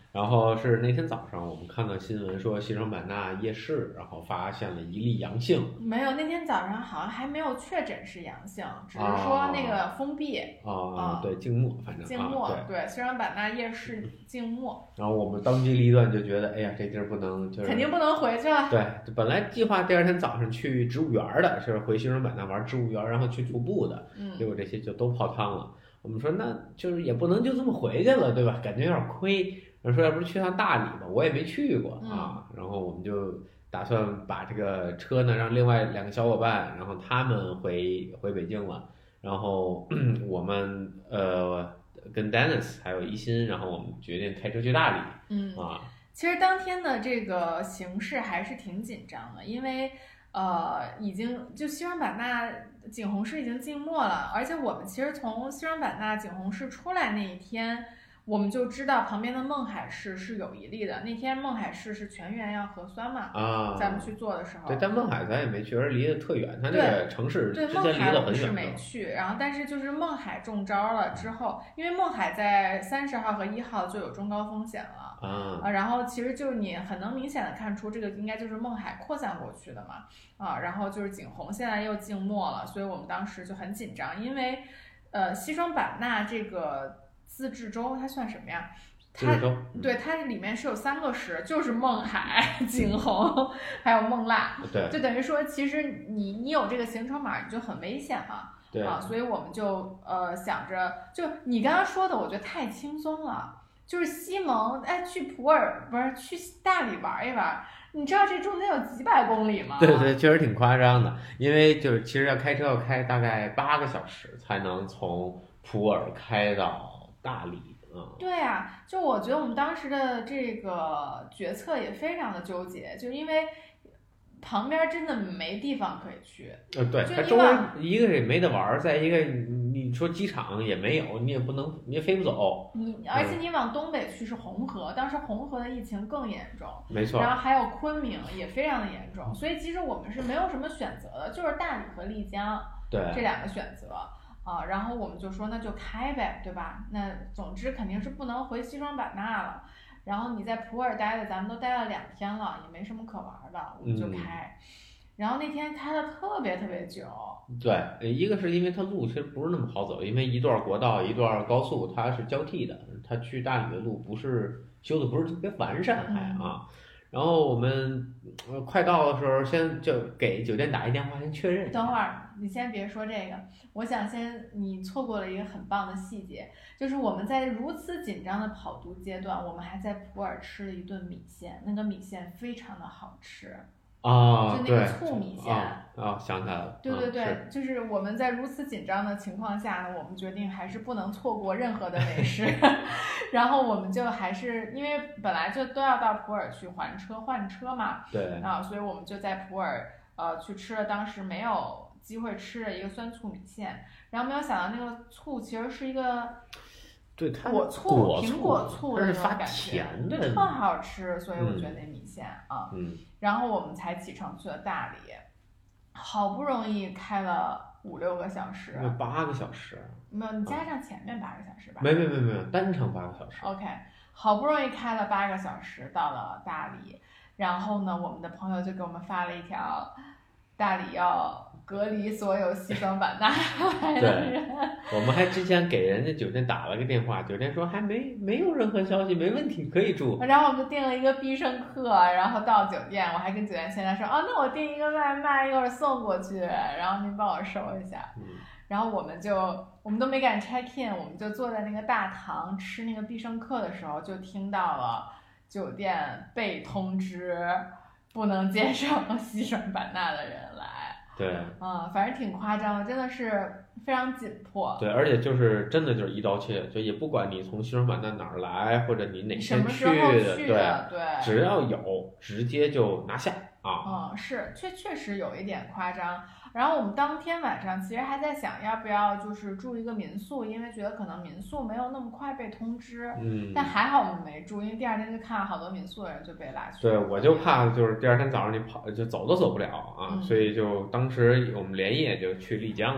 然后是那天早上我们看到新闻说西双版纳夜市，然后发现了一例阳性。
没有，那天早上好像还没有确诊是阳性，只是说那个封闭
啊、
啊，
对，静默，反正
静默，
啊、
对，西双版纳夜市静默。
然后我们当机立断就觉得，哎呀，这地儿不能，就是
肯定不能回去了。
对，本来计划第二天早上去植物园的，是回西双版纳玩植物园，然后去徒步的，
嗯，
结果这些就都泡汤了。我们说，那就是也不能就这么回去了，对吧？感觉有点亏。然后说，要不是去趟大理吧，我也没去过啊。然后我们就打算把这个车呢，让另外两个小伙伴，然后他们回回北京了。然后我们呃跟 Dennis 还有一心，然后我们决定开车去大理。
嗯
啊，
其实当天的这个形势还是挺紧张的，因为呃已经就西双版纳景洪市已经静默了，而且我们其实从西双版纳景洪市出来那一天，我们就知道旁边的勐海市是有一例的。那天勐海市是全员要核酸嘛，
啊，
咱们去做的时候。
对，但勐海咱也没去，而离得特远，它这个城市之间离得很远。
是没去，然后但是就是勐海中招了之后，因为勐海在三十号和一号就有中高风险了
啊，
啊，然后其实就是你很能明显的看出这个应该就是勐海扩散过去的嘛啊，然后就是景洪现在又静默了，所以我们当时就很紧张，因为呃西双版纳这个自治州它算什么呀？它对它里面是有三个市，就是勐海、景洪还有勐腊，
对，
就等于说其实你你有这个行程码你就很危险嘛，
对
啊，所以我们就呃想着，就你刚刚说的，我觉得太轻松了，就是西蒙哎去普洱不是去大理玩一玩，你知道这中间有几百公里吗？
对对，确实挺夸张的，因为就是其实要开车要开大概八个小时才能从普洱开到大理。嗯，
对啊，就我觉得我们当时的这个决策也非常的纠结，就因为旁边真的没地方可以去。
呃，对，它周围一个也没得玩，再一个你说机场也没有，你也不能，你也飞不走。
你而且你往东北去是红河，当时红河的疫情更严重，
没错。
然后还有昆明也非常的严重，所以其实我们是没有什么选择的，就是大理和丽江
对
这两个选择。啊，然后我们就说那就开呗，对吧？那总之肯定是不能回西双版纳了。然后你在普洱待的，咱们都待了两天了，也没什么可玩的，我们就开。嗯、然后那天开了特别特别久。
对，一个是因为它路其实不是那么好走，因为一段国道一段高速它是交替的，它去大理的路不是修的不是特别完善还啊。
嗯
然后我们呃快到的时候，先就给酒店打一电话，先确认。
等会儿，你先别说这个，我想先，你错过了一个很棒的细节，就是我们在如此紧张的跑毒阶段，我们还在普洱吃了一顿米线，那个米线非常的好吃。
啊，
就那个醋米线
啊、哦，想起来了。
对对对、
嗯，
是，就是我们在如此紧张的情况下呢，我们决定还是不能错过任何的美食，然后我们就还是因为本来就都要到普洱去还车换车嘛，
对
啊，所以我们就在普洱呃去吃了当时没有机会吃的一个酸醋米线，然后没有想到那个醋其实是一个。
对，它
果醋、苹果醋的那种感觉，对，特好吃，所以我觉得那米线、
嗯、
啊，
嗯，
然后我们才启程去了大理，好不容易开了五六个小时，
有八个小时，
没有，你加上前面八个小时吧？
没没没没有，单程八个小时。
OK， 好不容易开了八个小时到了大理，然后呢，我们的朋友就给我们发了一条，大理要。隔离所有西双版纳来的人，
我们还之前给人家酒店打了个电话，酒店说还没没有任何消息，没问题，可以住。
然后我们就订了一个必胜客，然后到酒店，我还跟酒店先生说，哦，那我订一个外卖，一会儿送过去，然后您帮我收一下。
嗯、
然后我们就我们都没敢 check in， 我们就坐在那个大堂吃那个必胜客的时候，就听到了酒店被通知不能接受西双版纳的人来。
对，
嗯，反正挺夸张的，真的是非常紧迫。
对，而且就是真的就是一刀切，就也不管你从西双版纳哪儿来，或者你哪天
去的，
对
对，
只要有直接就拿下啊。
嗯，是，确确实有一点夸张。然后我们当天晚上其实还在想要不要就是住一个民宿，因为觉得可能民宿没有那么快被通知。
嗯。
但还好我们没住，因为第二天就看了好多民宿的人就被拉去。
对，我就怕就是第二天早上你跑就走都走不了啊，
嗯、
所以就当时我们连夜就去丽江了。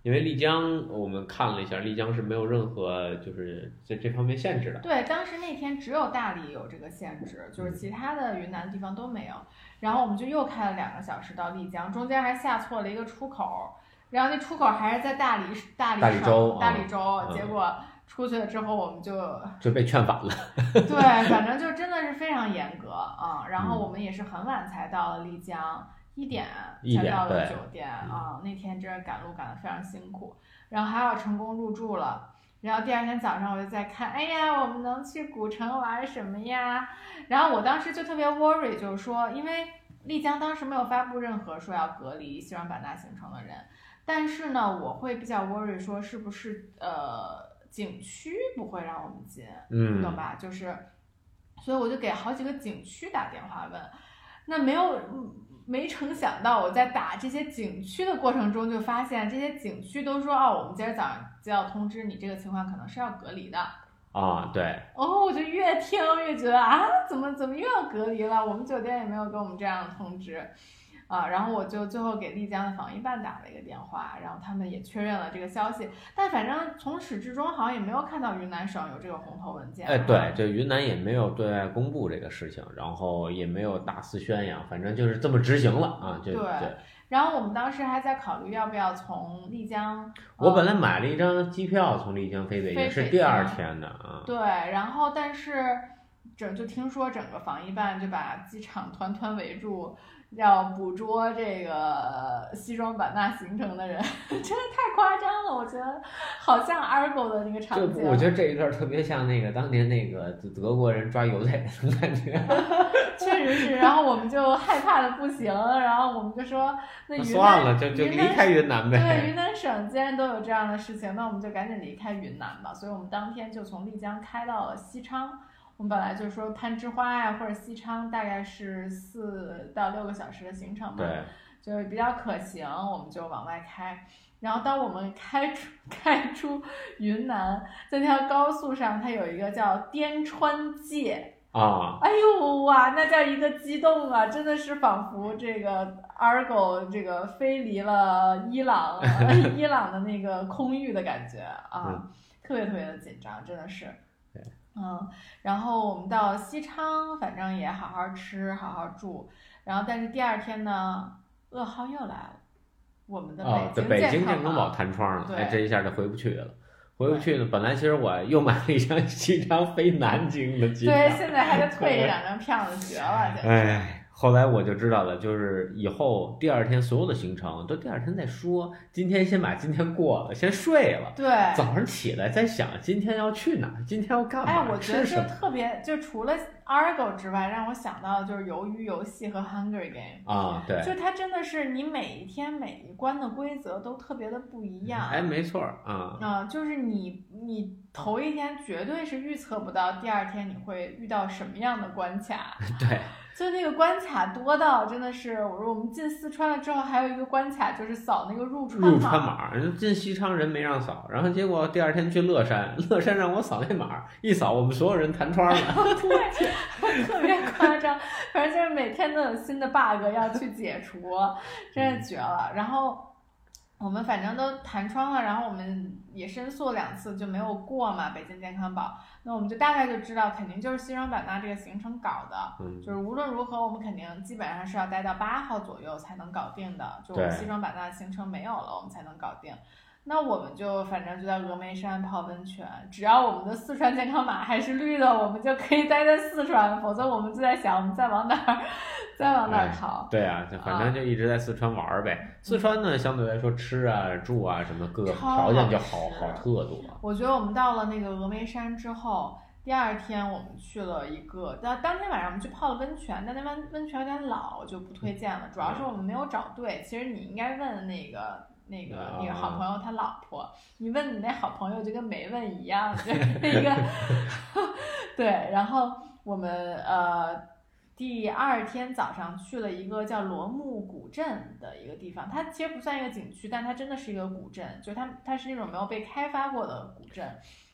因为丽江我们看了一下，丽江是没有任何就是在这方面限制的。
对，当时那天只有大理有这个限制，就是其他的云南地方都没有。然后我们就又开了两个小时到丽江，中间还下错了一个出口，然后那出口还是在大理大理
大理州
大理州，
啊、
结果出去了之后我们就
就被劝返了。
对，反正就真的是非常严格啊、嗯。然后我们也是很晚才到了丽江。一点才到了酒店啊、嗯！那天真是赶路赶得非常辛苦，然后还要成功入住了。然后第二天早上我就在看，哎呀，我们能去古城玩什么呀？然后我当时就特别 worry， 就是说，因为丽江当时没有发布任何说要隔离西双版纳行程的人，但是呢，我会比较 worry 说是不是呃景区不会让我们进，
嗯，
懂吧？就是，所以我就给好几个景区打电话问，那没有。没成想到我在打这些景区的过程中，就发现这些景区都说哦，我们今儿早上就要通知你，这个情况可能是要隔离的。
啊，对。
哦，我就越听越觉得啊，怎么怎么又要隔离了？我们酒店也没有给我们这样的通知。啊，然后我就最后给丽江的防疫办打了一个电话，然后他们也确认了这个消息，但反正从始至终好像也没有看到云南省有这个红头文件。
哎，对，这云南也没有对外公布这个事情，然后也没有大肆宣扬，反正就是这么执行了啊。就 对, 对。
然后我们当时还在考虑要不要从丽江。
我本来买了一张机票从丽江飞北京，是第二天的啊。
对，然后但是整就听说整个防疫办就把机场团团围住。要捕捉这个西双版纳行程的人，真的太夸张了，我觉得好像 Argo 的那个场景。
我觉得这一段特别像那个当年那个德国人抓犹太人的感觉。
确实是，然后我们就害怕的不行，然后我们就说那云南
算了，就就离开云南呗。
对，云南省既然都有这样的事情，那我们就赶紧离开云南吧。所以我们当天就从丽江开到了西昌。我们本来就是说攀枝花呀、啊、或者西昌，大概是四到六个小时的行程嘛，
对，
就是比较可行，我们就往外开。然后当我们开出开出云南，在那条高速上，它有一个叫滇川界
啊，
哎呦哇，那叫一个激动啊！真的是仿佛这个 Argo 这个飞离了伊朗，伊朗的那个空域的感觉啊，
嗯、
特别特别的紧张，真的是。嗯，然后我们到西昌，反正也好好吃，好好住。然后，但是第二天呢，噩耗又来了，我们的
北京、哦、北京健康宝弹窗了，哎，这一下就回不去了。回不去了，本来其实我又买了一张西昌飞南京的机票，
对，现在还得退这两张票子，绝了，简直。
哎。后来我就知道了，就是以后第二天所有的行程都第二天再说，今天先把今天过了，先睡了。
对，
早上起来再想今天要去哪，今天要干嘛，
哎，我觉得
就
特别，就除了 Argo 之外，让我想到的就是鱿鱼游戏和 Hunger Game
啊，对，
就它真的是你每一天每一关的规则都特别的不一样。
哎，没错啊，
啊，就是你你头一天绝对是预测不到第二天你会遇到什么样的关卡。
对。
就那个关卡多到真的是，我说我们进四川了之后，还有一个关卡就是扫那个入川码。
入川码，进西昌人没让扫，然后结果第二天去乐山，乐山让我扫那码，一扫我们所有人弹窗了。
对，特别夸张，反正就是每天都有新的 bug 要去解除，真是绝了。然后我们反正都弹窗了，然后我们也申诉两次就没有过嘛，北京健康宝。那我们就大概就知道，肯定就是西双版纳这个行程搞的，
嗯、
就是无论如何，我们肯定基本上是要待到八号左右才能搞定的。就我们西双版纳的行程没有了，我们才能搞定。那我们就反正就在峨眉山泡温泉，只要我们的四川健康码还是绿的，我们就可以待在四川，否则我们就在想我们再往哪儿，再往哪儿逃。
哎、对啊，反正就一直在四川玩呗。啊、四川呢，相对来说吃啊、住啊什么各个条件就好好特多。
我觉得我们到了那个峨眉山之后，第二天我们去了一个，当当天晚上我们去泡了温泉，但那温温泉有点老，就不推荐了。主要是我们没有找对，其实你应该问那个。那个那个好朋友他老婆，你问你那好朋友就跟没问一样，就是那个对。然后我们呃第二天早上去了一个叫罗木古镇的一个地方，它其实不算一个景区，但它真的是一个古镇，就它它是那种没有被开发过的古镇。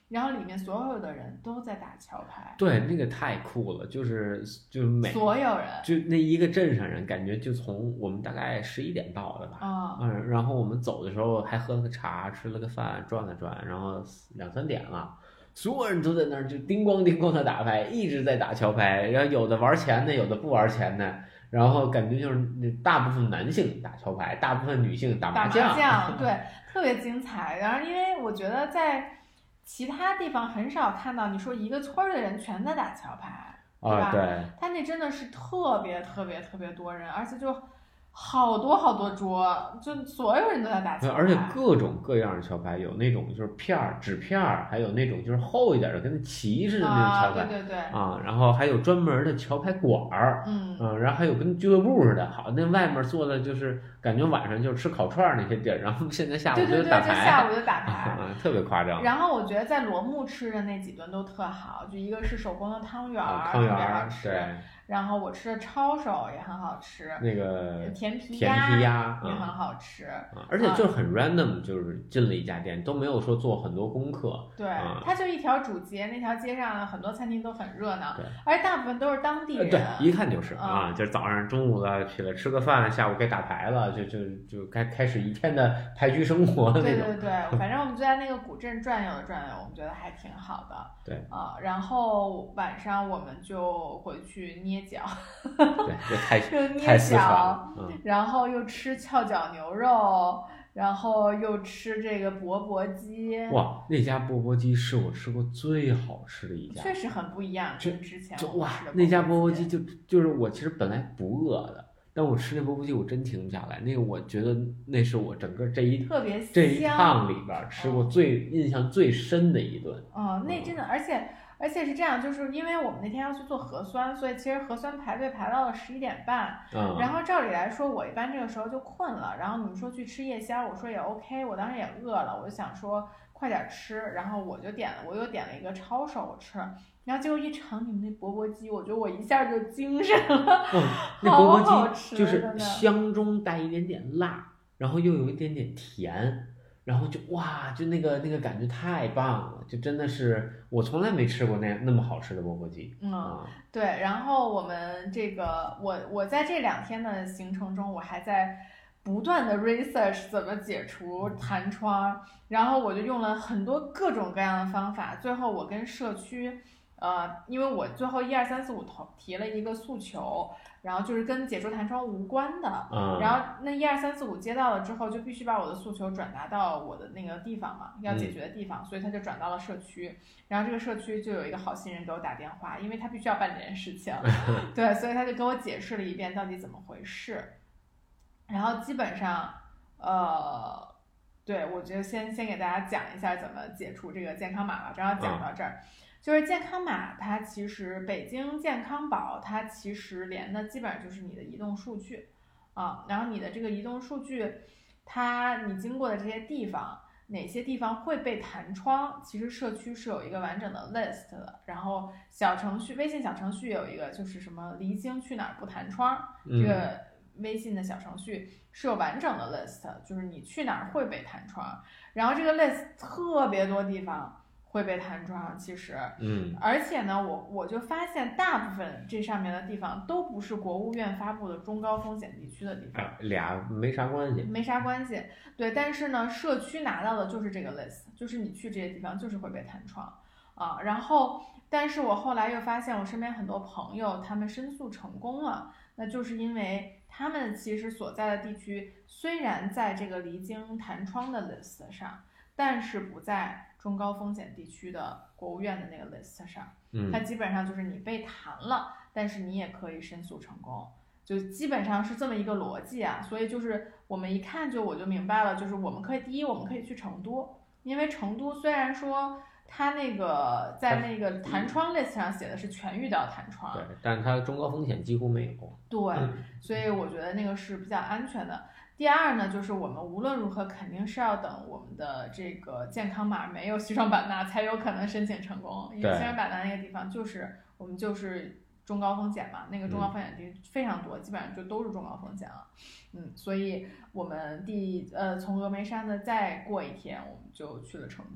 然后里面所有的人都在打桥牌。
对，那个太酷了，就是就是每
所有人
就那一个镇上人，感觉就从我们大概十一点到的吧，
啊、
嗯，然后我们走的时候还喝了个茶，吃了个饭，转了转，然后两三点了。所有人都在那儿就叮咣叮咣的打牌，一直在打桥牌，然后有的玩钱的，有的不玩钱的，然后感觉就是大部分男性打桥牌，大部分女性打
打麻
将，
将对，特别精彩。然后因为我觉得在其他地方很少看到，你说一个村儿的人全在打桥牌，对吧？
啊，对，
他那真的是特别特别特别多人，而且就好多好多桌，就所有人都在打桥牌，
而且各种各样的桥牌，有那种就是片儿、纸片儿，还有那种就是厚一点的，跟那旗似的那种桥牌，
啊、对对对，
啊，然后还有专门的桥牌馆儿，
嗯，
嗯，然后还有跟俱乐部似的，好，那外面做的就是感觉晚上就吃烤串儿那些地儿，然后现在下午
对对对，
就打牌，
就下午就打牌，
啊，特别夸张。
然后我觉得在罗木吃的那几顿都特好，就一个是手工的汤圆儿，
啊，汤圆
特别好
儿，
吃。
对，
然后我吃的抄手也很好吃，
那个
甜皮
甜皮鸭
也很
啊，
好吃，
啊，而且就是很 random，就是进了一家店，都没有说做很多功课。
对，
啊
它就一条主街，那条街上很多餐厅都很热闹
对，
而且大部分都是当地人。
呃对，一看就是
嗯
啊，就是早上、中午了起来吃个饭，下午该打牌了，就就就该开始一天的牌局生活的那种。
对对对，反正我们就在那个古镇转悠了转悠，我们觉得还挺好的。
对
啊，然后晚上我们就回去捏脚，
对，这太
就捏
太四川
脚
了，，嗯。
然后又吃翘脚牛肉，然后又吃这个钵钵鸡，
哇，那家钵钵鸡是我吃过最好吃的一家，
确实很不一样，
这
跟之前
就哇
我们吃的，
那家钵
钵
钵鸡就就是我其实本来不饿的，但我吃那钵钵鸡我真停不下来。那个我觉得那是我整个这一
特别
这一
香
趟里边吃过最印象最深的一顿。
哦，那真的，而且而且是这样，就是因为我们那天要去做核酸，所以其实核酸排队排到了十一点半。
嗯，
然后照理来说，我一般这个时候就困了。然后你们说去吃夜宵，我说也 OK，我当时也饿了，我就想说快点吃。然后我就点了，我又点了一个抄手吃。然后结果一尝你们那钵钵鸡，我觉得我一下就精神了，
嗯，那钵钵
好好
鸡就是
吃真的
香中带一点点辣，然后又有一点点甜。然后就哇，就那个那个感觉太棒了，就真的是我从来没吃过那那么好吃的钵钵鸡。
嗯，
啊，
对。然后我们这个，我我在这两天的行程中，我还在不断的 research 怎么解除弹窗，然后我就用了很多各种各样的方法，最后我跟社区，呃，因为我最后一二三四五投提了一个诉求。然后就是跟解除弹窗无关的，
嗯，
然后那一二三四五接到了之后，就必须把我的诉求转达到我的那个地方嘛，要解决的地方，所以他就转到了社区，然后这个社区就有一个好心人给我打电话，因为他必须要办这件事情，对，所以他就给我解释了一遍到底怎么回事，然后基本上，呃，对，我觉得先先给大家讲一下怎么解除这个健康码吧，正好讲到这儿。嗯，就是健康码，它其实北京健康宝，它其实连的基本上就是你的移动数据啊，然后你的这个移动数据，它你经过的这些地方，哪些地方会被弹窗，其实社区是有一个完整的 list 的，然后小程序，微信小程序有一个就是什么离京去哪儿不弹窗，这个微信的小程序是有完整的 list， 就是你去哪儿会被弹窗，然后这个 list 特别多地方会被弹窗，其实，
嗯，
而且呢，我我就发现大部分这上面的地方都不是国务院发布的中高风险地区的地方，
哎，俩没啥关系，
没啥关系，对，但是呢，社区拿到的就是这个 list， 就是你去这些地方就是会被弹窗啊，然后，但是我后来又发现我身边很多朋友他们申诉成功了，那就是因为他们其实所在的地区虽然在这个离京弹窗的 list 上，但是不在中高风险地区的国务院的那个 list 上，
嗯，
它基本上就是你被弹了，但是你也可以申诉成功，就基本上是这么一个逻辑啊。所以就是我们一看就我就明白了，就是我们可以第一我们可以去成都，因为成都虽然说它那个在那个弹窗 list 上写的是全域到弹窗，
对，但是它中高风险几乎没有，
对，所以我觉得那个是比较安全的。第二呢，就是我们无论如何肯定是要等我们的这个健康码没有西双版纳才有可能申请成功，因为西双版纳那个地方就是我们就是中高风险嘛，那个中高风险地非常多，基本上就都是中高风险了。嗯，所以我们第呃从峨眉山的再过一天，我们就去了成都。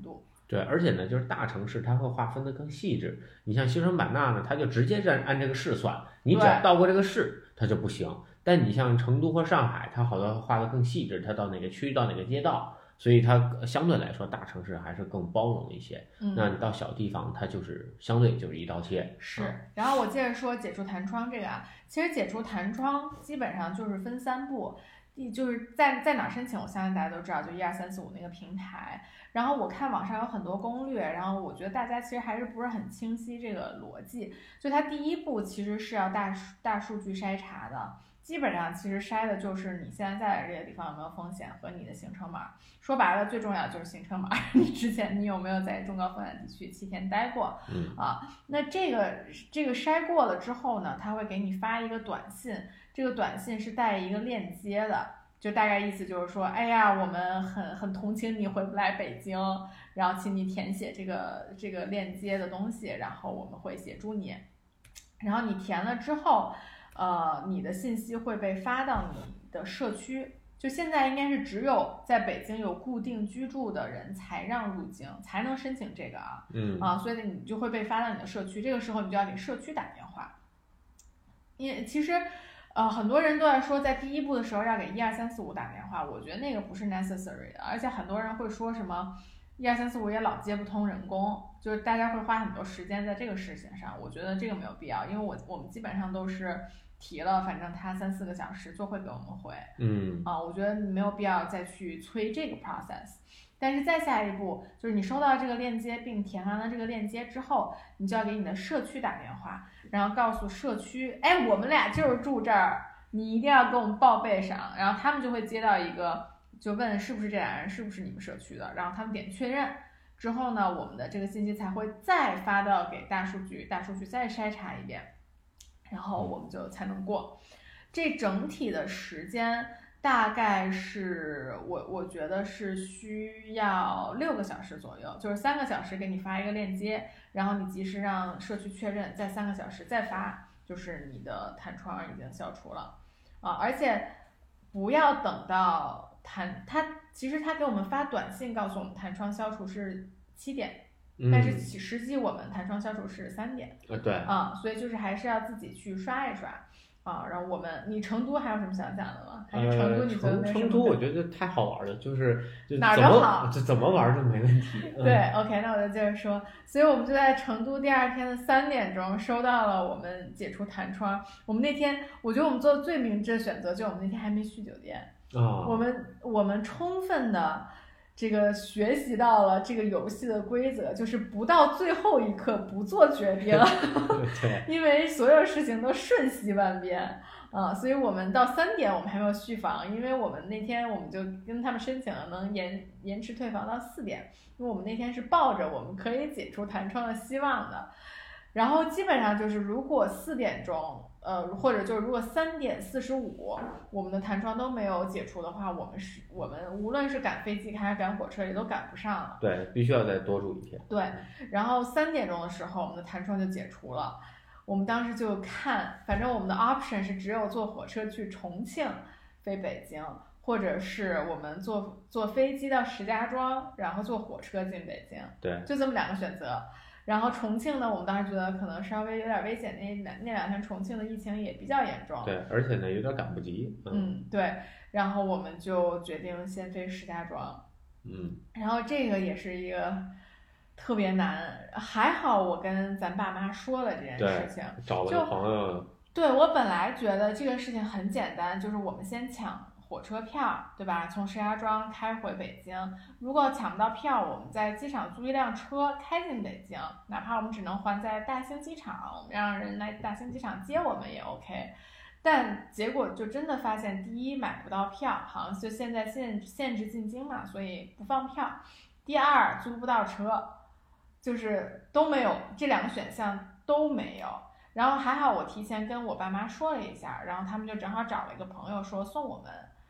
对，而且呢，就是大城市它会划分的更细致。你像西双版纳呢，它就直接按按这个市算，你只要到过这个市，它就不行。但你像成都和上海，它好多划的更细致，它到哪个区到哪个街道，所以它相对来说大城市还是更包容一些。
嗯，
那你到小地方，它就是相对就是一刀切。
是，然后我接着说解除弹窗这个啊，其实解除弹窗基本上就是分三步。第就是在在哪申请，我相信大家都知道，就一二三四五那个平台。然后我看网上有很多攻略，然后我觉得大家其实还是不是很清晰这个逻辑。就它第一步其实是要大大数据筛查的，基本上其实筛的就是你现在在的这个地方有没有风险和你的行程码。说白了，最重要就是行程码，你之前你有没有在中高风险地区七天待过？
嗯
啊，那这个这个筛过了之后呢，他会给你发一个短信。这个短信是带一个链接的，就大概意思就是说，哎呀，我们很很同情你回不来北京，然后请你填写这个这个链接的东西，然后我们会协助你。然后你填了之后，呃，你的信息会被发到你的社区。就现在应该是只有在北京有固定居住的人才让入境，才能申请这个啊，
嗯
啊，所以你就会被发到你的社区。这个时候你就要给社区打电话，因为其实。呃，很多人都在说，在第一步的时候要给一二三四五打电话，我觉得那个不是 necessary 的，而且很多人会说什么一二三四五也老接不通人工，就是大家会花很多时间在这个事情上，我觉得这个没有必要，因为我我们基本上都是提了，反正他三四个小时就会给我们回，
嗯
啊，我觉得没有必要再去催这个 process。但是再下一步就是你收到这个链接并填完了这个链接之后，你就要给你的社区打电话，然后告诉社区，哎，我们俩就是住这儿，你一定要给我们报备上。然后他们就会接到一个，就问是不是这俩人是不是你们社区的，然后他们点确认之后呢，我们的这个信息才会再发到给大数据，大数据再筛查一遍，然后我们就才能过。这整体的时间大概是我我觉得是需要六个小时左右，就是三个小时给你发一个链接，然后你及时让社区确认，再三个小时再发，就是你的弹窗已经消除了啊！而且不要等到弹，他其实他给我们发短信告诉我们弹窗消除是七点，但是实际我们弹窗消除是三点，
呃对
啊，所以就是还是要自己去刷一刷。啊，然后我们，你成都还有什么想讲的吗？还是成都你觉得
呃、成成都我觉得太好玩了，就是就
哪儿
都
好，
就怎么玩都没问题。嗯、
对 ，OK， 那我就接着说。所以我们就在成都第二天的三点钟收到了我们解除弹窗。我们那天，我觉得我们做的最明智的选择，就是我们那天还没去酒店。
啊，
我们我们充分的。这个学习到了这个游戏的规则，就是不到最后一刻不做决定，
对，
因为所有事情都瞬息万变啊，所以我们到三点我们还没有续房，因为我们那天我们就跟他们申请了能延延迟退房到四点，因为我们那天是抱着我们可以解除弹窗的希望的，然后基本上就是如果四点钟。呃，或者就是如果三点四十五我们的弹窗都没有解除的话，我们是我们无论是赶飞机还是赶火车也都赶不上了。
对，必须要再多住一天。
对，然后三点钟的时候，我们的弹窗就解除了。我们当时就看，反正我们的 option 是只有坐火车去重庆飞北京，或者是我们坐坐飞机到石家庄，然后坐火车进北京。
对，
就这么两个选择。然后重庆呢，我们当时觉得可能稍微有点危险，那那两天重庆的疫情也比较严重。
对，而且呢有点赶不及。
嗯, 嗯，对。然后我们就决定先飞石家庄。
嗯。
然后这个也是一个特别难，还好我跟咱爸妈说了这件事情，
找了个朋友。
对，我本来觉得这个事情很简单，就是我们先抢。火车票对吧？从石家庄开回北京，如果抢不到票，我们在机场租一辆车开进北京，哪怕我们只能还在大兴机场，我们让人来大兴机场接我们也 OK。但结果就真的发现，第一买不到票，好像就现在限限制进京嘛，所以不放票；第二租不到车，就是都没有，这两个选项都没有。然后还好我提前跟我爸妈说了一下，然后他们就正好找了一个朋友说送我们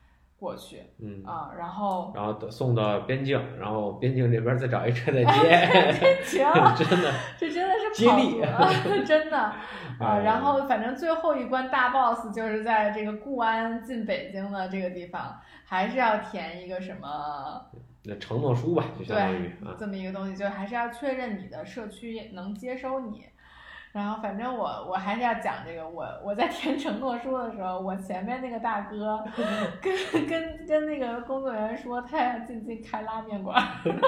过去，
嗯
啊，然后
然后送到边境，然后边境这边再找一车再接，
真行，
真的，
这真的是跑
接力
啊，真的啊。然后反正最后一关大 boss 就是在这个固安进北京的这个地方，还是要填一个什么？
那承诺书吧，就相当于啊，
这么一个东西，就还是要确认你的社区能接收你。然后反正我我还是要讲这个，我我在填承诺书的时候，我前面那个大哥跟跟跟那个工作人员说他要进京开拉面馆，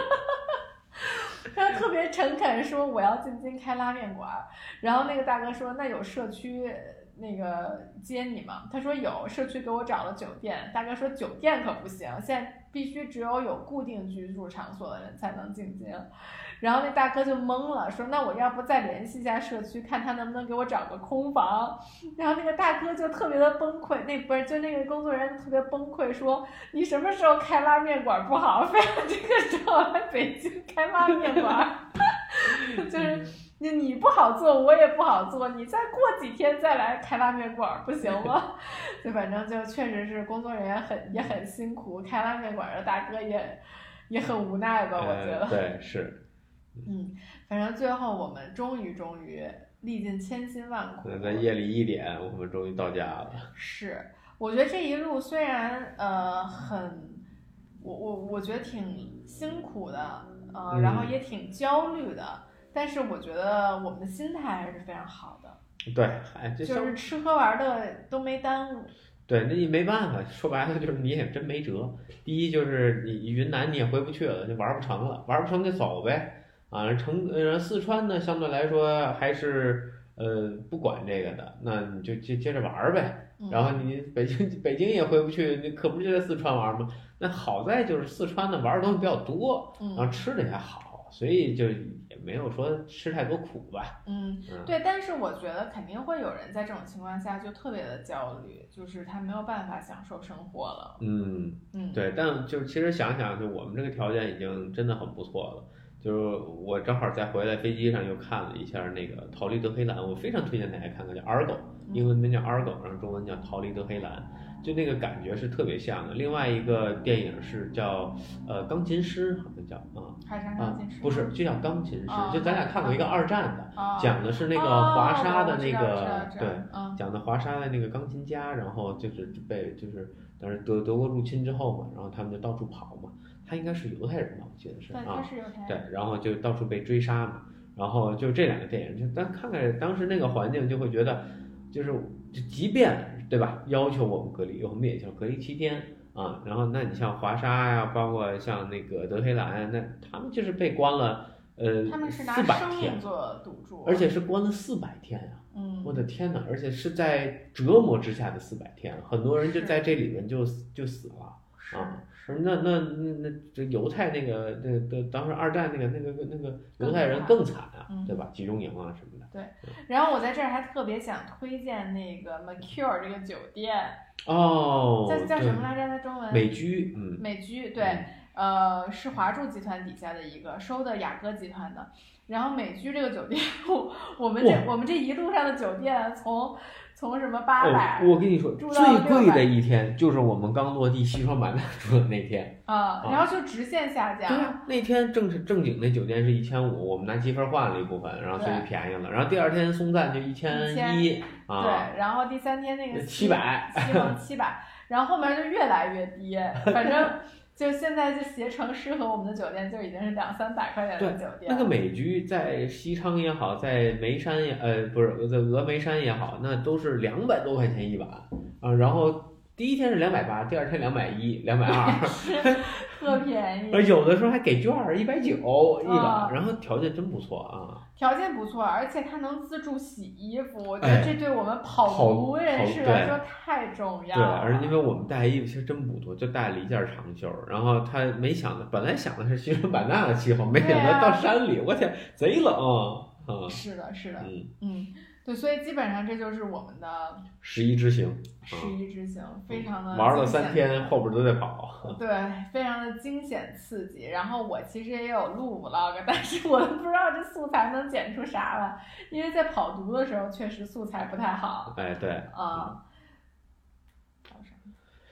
他特别诚恳说我要进京开拉面馆，然后那个大哥说那有社区那个接你吗？他说有，社区给我找了酒店。大哥说酒店可不行，现在必须只有有固定居住场所的人才能进京。然后那大哥就懵了，说那我要不再联系一下社区，看他能不能给我找个空房。然后那个大哥就特别的崩溃，那不是就那个工作人员特别崩溃，说你什么时候开拉面馆不好，非要这个时候来北京开拉面馆，就是你你不好做，我也不好做，你再过几天再来开拉面馆不行吗？就反正就确实是工作人员很也很辛苦，开拉面馆的大哥也也很无奈吧，我觉得。
呃、对，是。
嗯，反正最后我们终于终于历尽千辛万苦，
在夜里一点，我们终于到家了。
是，我觉得这一路虽然呃很，我我我觉得挺辛苦的，呃，
嗯、
然后也挺焦虑的，但是我觉得我们的心态还是非常好的。
对，哎，
就是吃喝玩的都没耽误。
对，那你没办法，说白了就是你也真没辙。第一就是你云南你也回不去了，就玩不成了，玩不成就走呗。啊，成呃四川呢相对来说还是呃不管这个的，那你就接接着玩呗。然后你北京北京也回不去，你可不是就在四川玩吗？那好在就是四川的玩的东西比较多，然后吃的也好，所以就也没有说吃太多苦吧。
嗯，对，但是我觉得肯定会有人在这种情况下就特别的焦虑，就是他没有办法享受生活了。
嗯
嗯，
对，但就是其实想想，就我们这个条件已经真的很不错了。就是我正好在回来飞机上又看了一下那个《逃离德黑兰》，我非常推荐大家看看，叫 Argo， 英文名叫 Argo， 然后中文叫《逃离德黑兰》，就那个感觉是特别像的。另外一个电影是叫呃钢琴师，好像叫啊，
海上钢琴师、
啊、不是，就叫钢琴师，
哦、
就咱俩看过一个二战的，
哦、
讲的是那个华沙的那个、
哦、
对、
嗯，
讲的华沙的那个钢琴家，然后就是被就是当时德德国入侵之后嘛，然后他们就到处跑嘛。他应该是犹太人吧，我记得是。
对，他是犹太人。
对，然后就到处被追杀嘛，然后就这两个电影，就单看看当时那个环境，就会觉得，就是即便对吧，要求我们隔离，我们也就隔离七天啊。然后那你像华沙呀，包括像那个德黑兰，那他们就是被关了，呃，
他们是拿生命做赌注，
而且是关了四百天呀、啊。
嗯，
我的天哪！而且是在折磨之下的四百天，很多人就在这里面就就死了啊。那那那那这犹太那个那个当时二战那个那个那个犹太人更惨啊，
嗯、
对吧？集中营啊什么的。
对，然后我在这儿还特别想推荐那个 Mercure 这个酒店。
哦。
叫叫什么来着？它中文？
美居，嗯。
美居，对，嗯、呃，是华住集团底下的一个，收的雅阁集团的。然后美居这个酒店，我我们这我们这一路上的酒店从。从什么八百、
哦，我跟你说，最贵的一天就是我们刚落地西双版纳住的那天
啊，然后就直线下降。
对啊，那天正正经那酒店是一千五，我们拿积分换了一部分，然后所以便宜了。然后第二天松赞就一千一啊，
对，然后第三天那个
七百，
西蒙七百，然后后面就越来越低，反正。就现在就携程适合我们的酒店就已经是两三百块钱的酒店。
那个美居在西昌也好，在眉山也呃不是在峨眉山也好，那都是两百多块钱一晚啊。然后第一天是两百八，第二天两百一、两百二，
特便宜。
而有的时候还给券儿一百九一晚，然后条件真不错啊。
条件不错，而且它能自助洗衣服，我觉得这对我们跑毒人士来说太重要了。
对，而且因为我们带衣服其实真不多，就带了一件长袖，然后他没想到，本来想的是西双版纳的气候，没想到到山里，我天，贼冷啊！
是的，是的，
嗯
嗯，对，所以基本上这就是我们的
十一之行，
十一之行，非常的
玩了三天，后边都在跑。
对，非常的惊险刺激。然后我其实也有录 vlog， 但是我都不知道这素材能剪出啥来，因为在跑毒的时候确实素材不太好。
哎，对，
啊。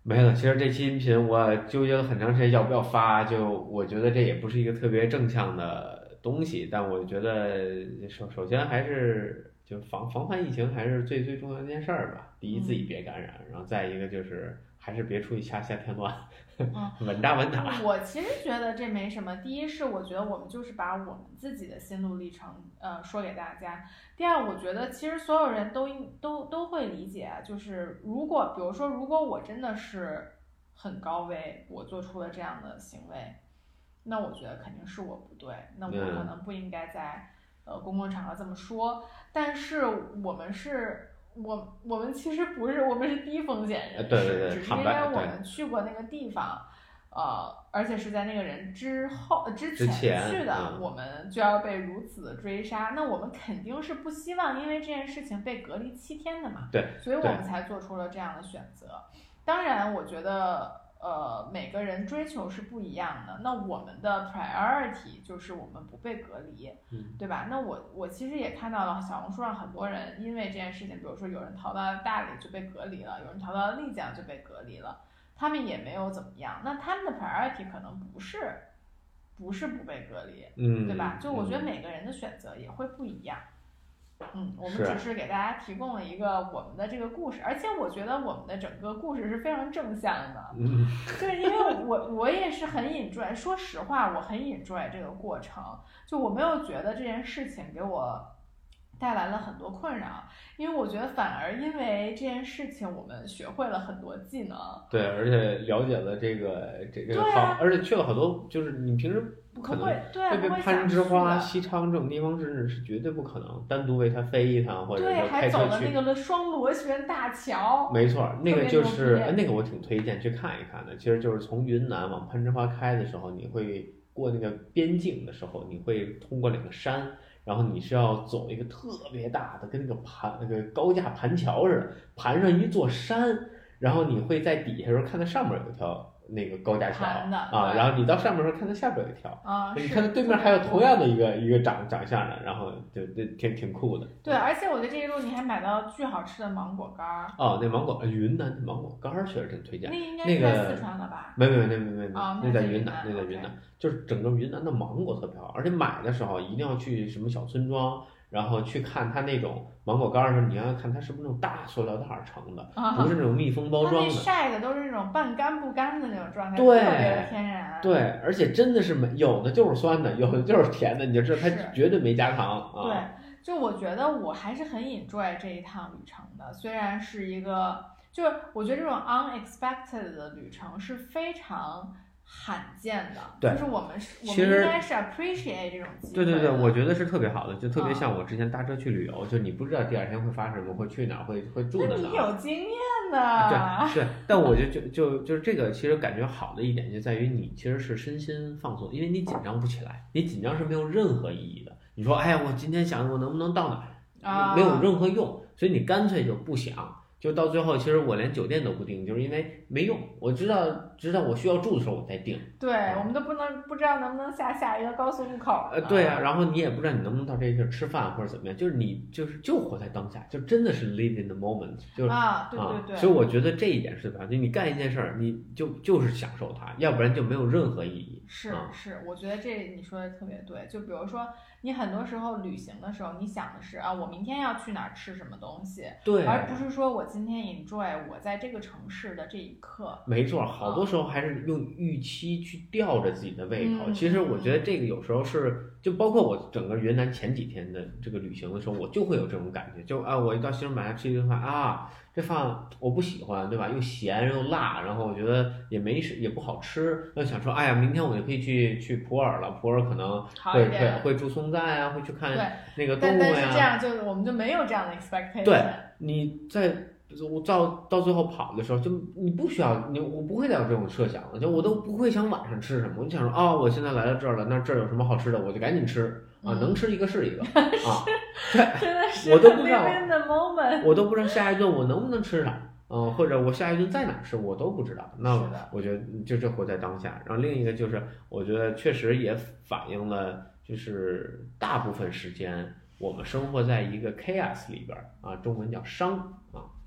没了，其实这期音频我纠结了很长时间要不要发，就我觉得这也不是一个特别正向的东西，但我觉得首首先还是就防防范疫情还是最最重要的一件事儿吧。第一，自己别感染，然后再一个就是还是别出去瞎瞎添乱，
嗯，
稳扎稳打。
我其实觉得这没什么。第一是我觉得我们就是把我们自己的心路历程呃说给大家。第二，我觉得其实所有人都应都都会理解，就是如果比如说如果我真的是很高危，我做出了这样的行为，那我觉得肯定是我不对，那我可能不应该在呃公共场合这么说。但是我们是。我我们其实不是，我们是低风险人士，
对对对，
只是因为我们去过那个地方，呃，而且是在那个人之后之前去的，
嗯、
我们就要被如此的追杀，那我们肯定是不希望因为这件事情被隔离七天的嘛，
对，
所以我们才做出了这样的选择。当然，我觉得。呃，每个人追求是不一样的。那我们的 priority 就是我们不被隔离，
嗯，
对吧？那我我其实也看到了小红书上很多人因为这件事情，比如说有人逃到大理就被隔离了，有人逃到丽江就被隔离了，他们也没有怎么样。那他们的 priority 可能不是不是不被隔离，
嗯，
对吧？就我觉得每个人的选择也会不一样。嗯，我们只是给大家提供了一个我们的这个故事，而且我觉得我们的整个故事是非常正向的，
嗯，
就是因为我我也是很 enjoy，说实话我很 enjoy 这个过程，就我没有觉得这件事情给我带来了很多困扰，因为我觉得反而因为这件事情我们学会了很多技能，
对，而且了解了这个这个
好，
啊、而且去了好多就是你平时。不可能
会
被攀枝花、西昌这种地方是是绝对不可能，单独为它飞一趟或者
对，
开车去。
还走了那个双螺旋大桥。
没错，那个就是那个我挺推荐去看一看的。其实就是从云南往攀枝花开的时候，你会过那个边境的时候，你会通过两个山，然后你是要走一个特别大的，跟那个盘那个高架盘桥似的，盘上一座山，然后你会在底下的时候看到上面有一条。那个高架桥啊，然后你到上面的时候看到下边有一条
啊，
你看到对面还有同样的一个一个长长相的，然后就就挺挺酷的。
对，而且我觉得这一路你还买到巨好吃的芒果干儿。
哦，那芒果云南的芒果干儿确实真推荐。
那应该
是
在四川了吧？
没没没没没没，
哦、
那在云南，
那
在云南，就是整个云南的芒果特别好，而且买的时候一定要去什么小村庄。然后去看它那种芒果干的时候，你要看它是不是那种大塑料袋盛的，
啊、
不是那种密封包装的。
晒的都是那种半干不干的那种状态，
对，
特别的天然。
对，而且真的是没有的就是酸的，有的就是甜的，你就知道它绝对没加糖啊。
对，就我觉得我还是很 enjoy 这一趟旅程的，虽然是一个，就是我觉得这种 unexpected 的旅程是非常。罕见的，
对，
就是我们是，我们应该是 appreciate 这种机会。
对对对，我觉得是特别好的，就特别像我之前搭车去旅游，嗯、就你不知道第二天会发生什么，会去哪儿，会会住在哪儿。
你有经验的。
对对，但我就就就就是这个，其实感觉好的一点就在于你其实是身心放松，因为你紧张不起来，你紧张是没有任何意义的。你说，哎呀，我今天想我能不能到哪儿，
啊、
没有任何用，所以你干脆就不想。就到最后，其实我连酒店都不订，就是因为没用。我知道，知道我需要住的时候我再订。
对，我们都不能不知道能不能下下一个高速路口。
呃，对啊，然后你也不知道你能不能到这地儿吃饭或者怎么样，就是你就是就活在当下，就真的是 live in the moment， 就是
啊，对对对。
啊、所以我觉得这一点是吧？就你干一件事儿，你就就是享受它，要不然就没有任何意义。
是、
啊、
是，我觉得这你说的特别对。就比如说，你很多时候旅行的时候，你想的是啊，我明天要去哪儿吃什么东西，
对，
而不是说我今天 enjoy 我在这个城市的这一刻。
没错，好多时候还是用预期去吊着自己的胃口。
嗯、
其实我觉得这个有时候是，就包括我整个云南前几天的这个旅行的时候，我就会有这种感觉，就啊，我一到西双版纳吃一顿饭啊，这饭我不喜欢，对吧？又咸又辣，然后我觉得也没也不好吃，那想说，哎呀，明天我就可以去去普洱了，普洱可能会会会住松赞啊，会去看那个动物呀。
但但是这样就我们就没有这样的 expectation。
对，你在。我到到最后跑的时候，就你不需要你，我不会再有这种设想了，就我都不会想晚上吃什么，我就想说，哦，我现在来到这儿了，那这儿有什么好吃的，我就赶紧吃啊，能吃一个是一个啊，
真的是
我都不知道，我都不知道下一顿我能不能吃啥，嗯，或者我下一顿在哪吃，我都不知道。那我觉得就这活在当下。然后另一个就是，我觉得确实也反映了，就是大部分时间我们生活在一个 chaos 里边啊，中文叫熵啊。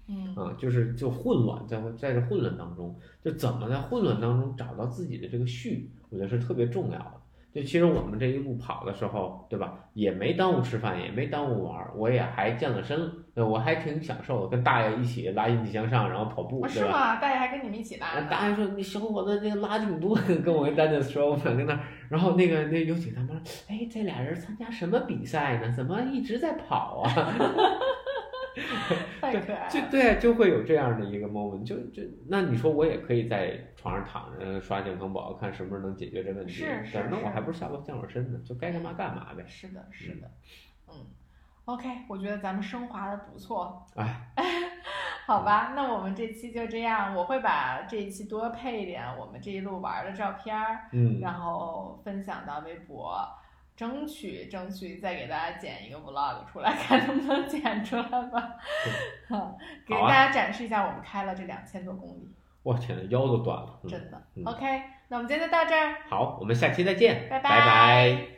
嗯
啊，就是就混乱，在在这混乱当中，就怎么在混乱当中找到自己的这个序，我觉得是特别重要的。就其实我们这一路跑的时候，对吧？也没耽误吃饭，也没耽误玩儿，我也还健了身，对，我还挺享受的，跟大爷一起拉引体向上，然后跑步，
哦
对吧？
是吗？大爷还跟你们一起拉呢？
大爷说：“你小伙子这个拉挺多。”跟我跟丹丹说，我们俩跟那，然后那个那有几个他妈，哎，这俩人参加什么比赛呢？怎么一直在跑啊？
太可爱了。
就对，就会有这样的一个 moment，就就那你说我也可以在床上躺着刷健康宝，看什么时候能解决这问题。
是是
对那我
是
还不是下班健会儿身呢，就该干嘛干嘛呗。
是的，是的，嗯，OK，我觉得咱们升华的不错。
哎，
好吧，那我们这期就这样，我会把这一期多配一点我们这一路玩的照片儿，
嗯，
然后分享到微博，争取争取再给大家剪一个 vlog 出来，看能不能剪出来吧。给大家展示一下我们开了这两千多公里。
我天呐，腰都断了，嗯、
真的。
嗯、
OK，那我们今天就到这儿。
好，我们下期再见，
拜
拜拜。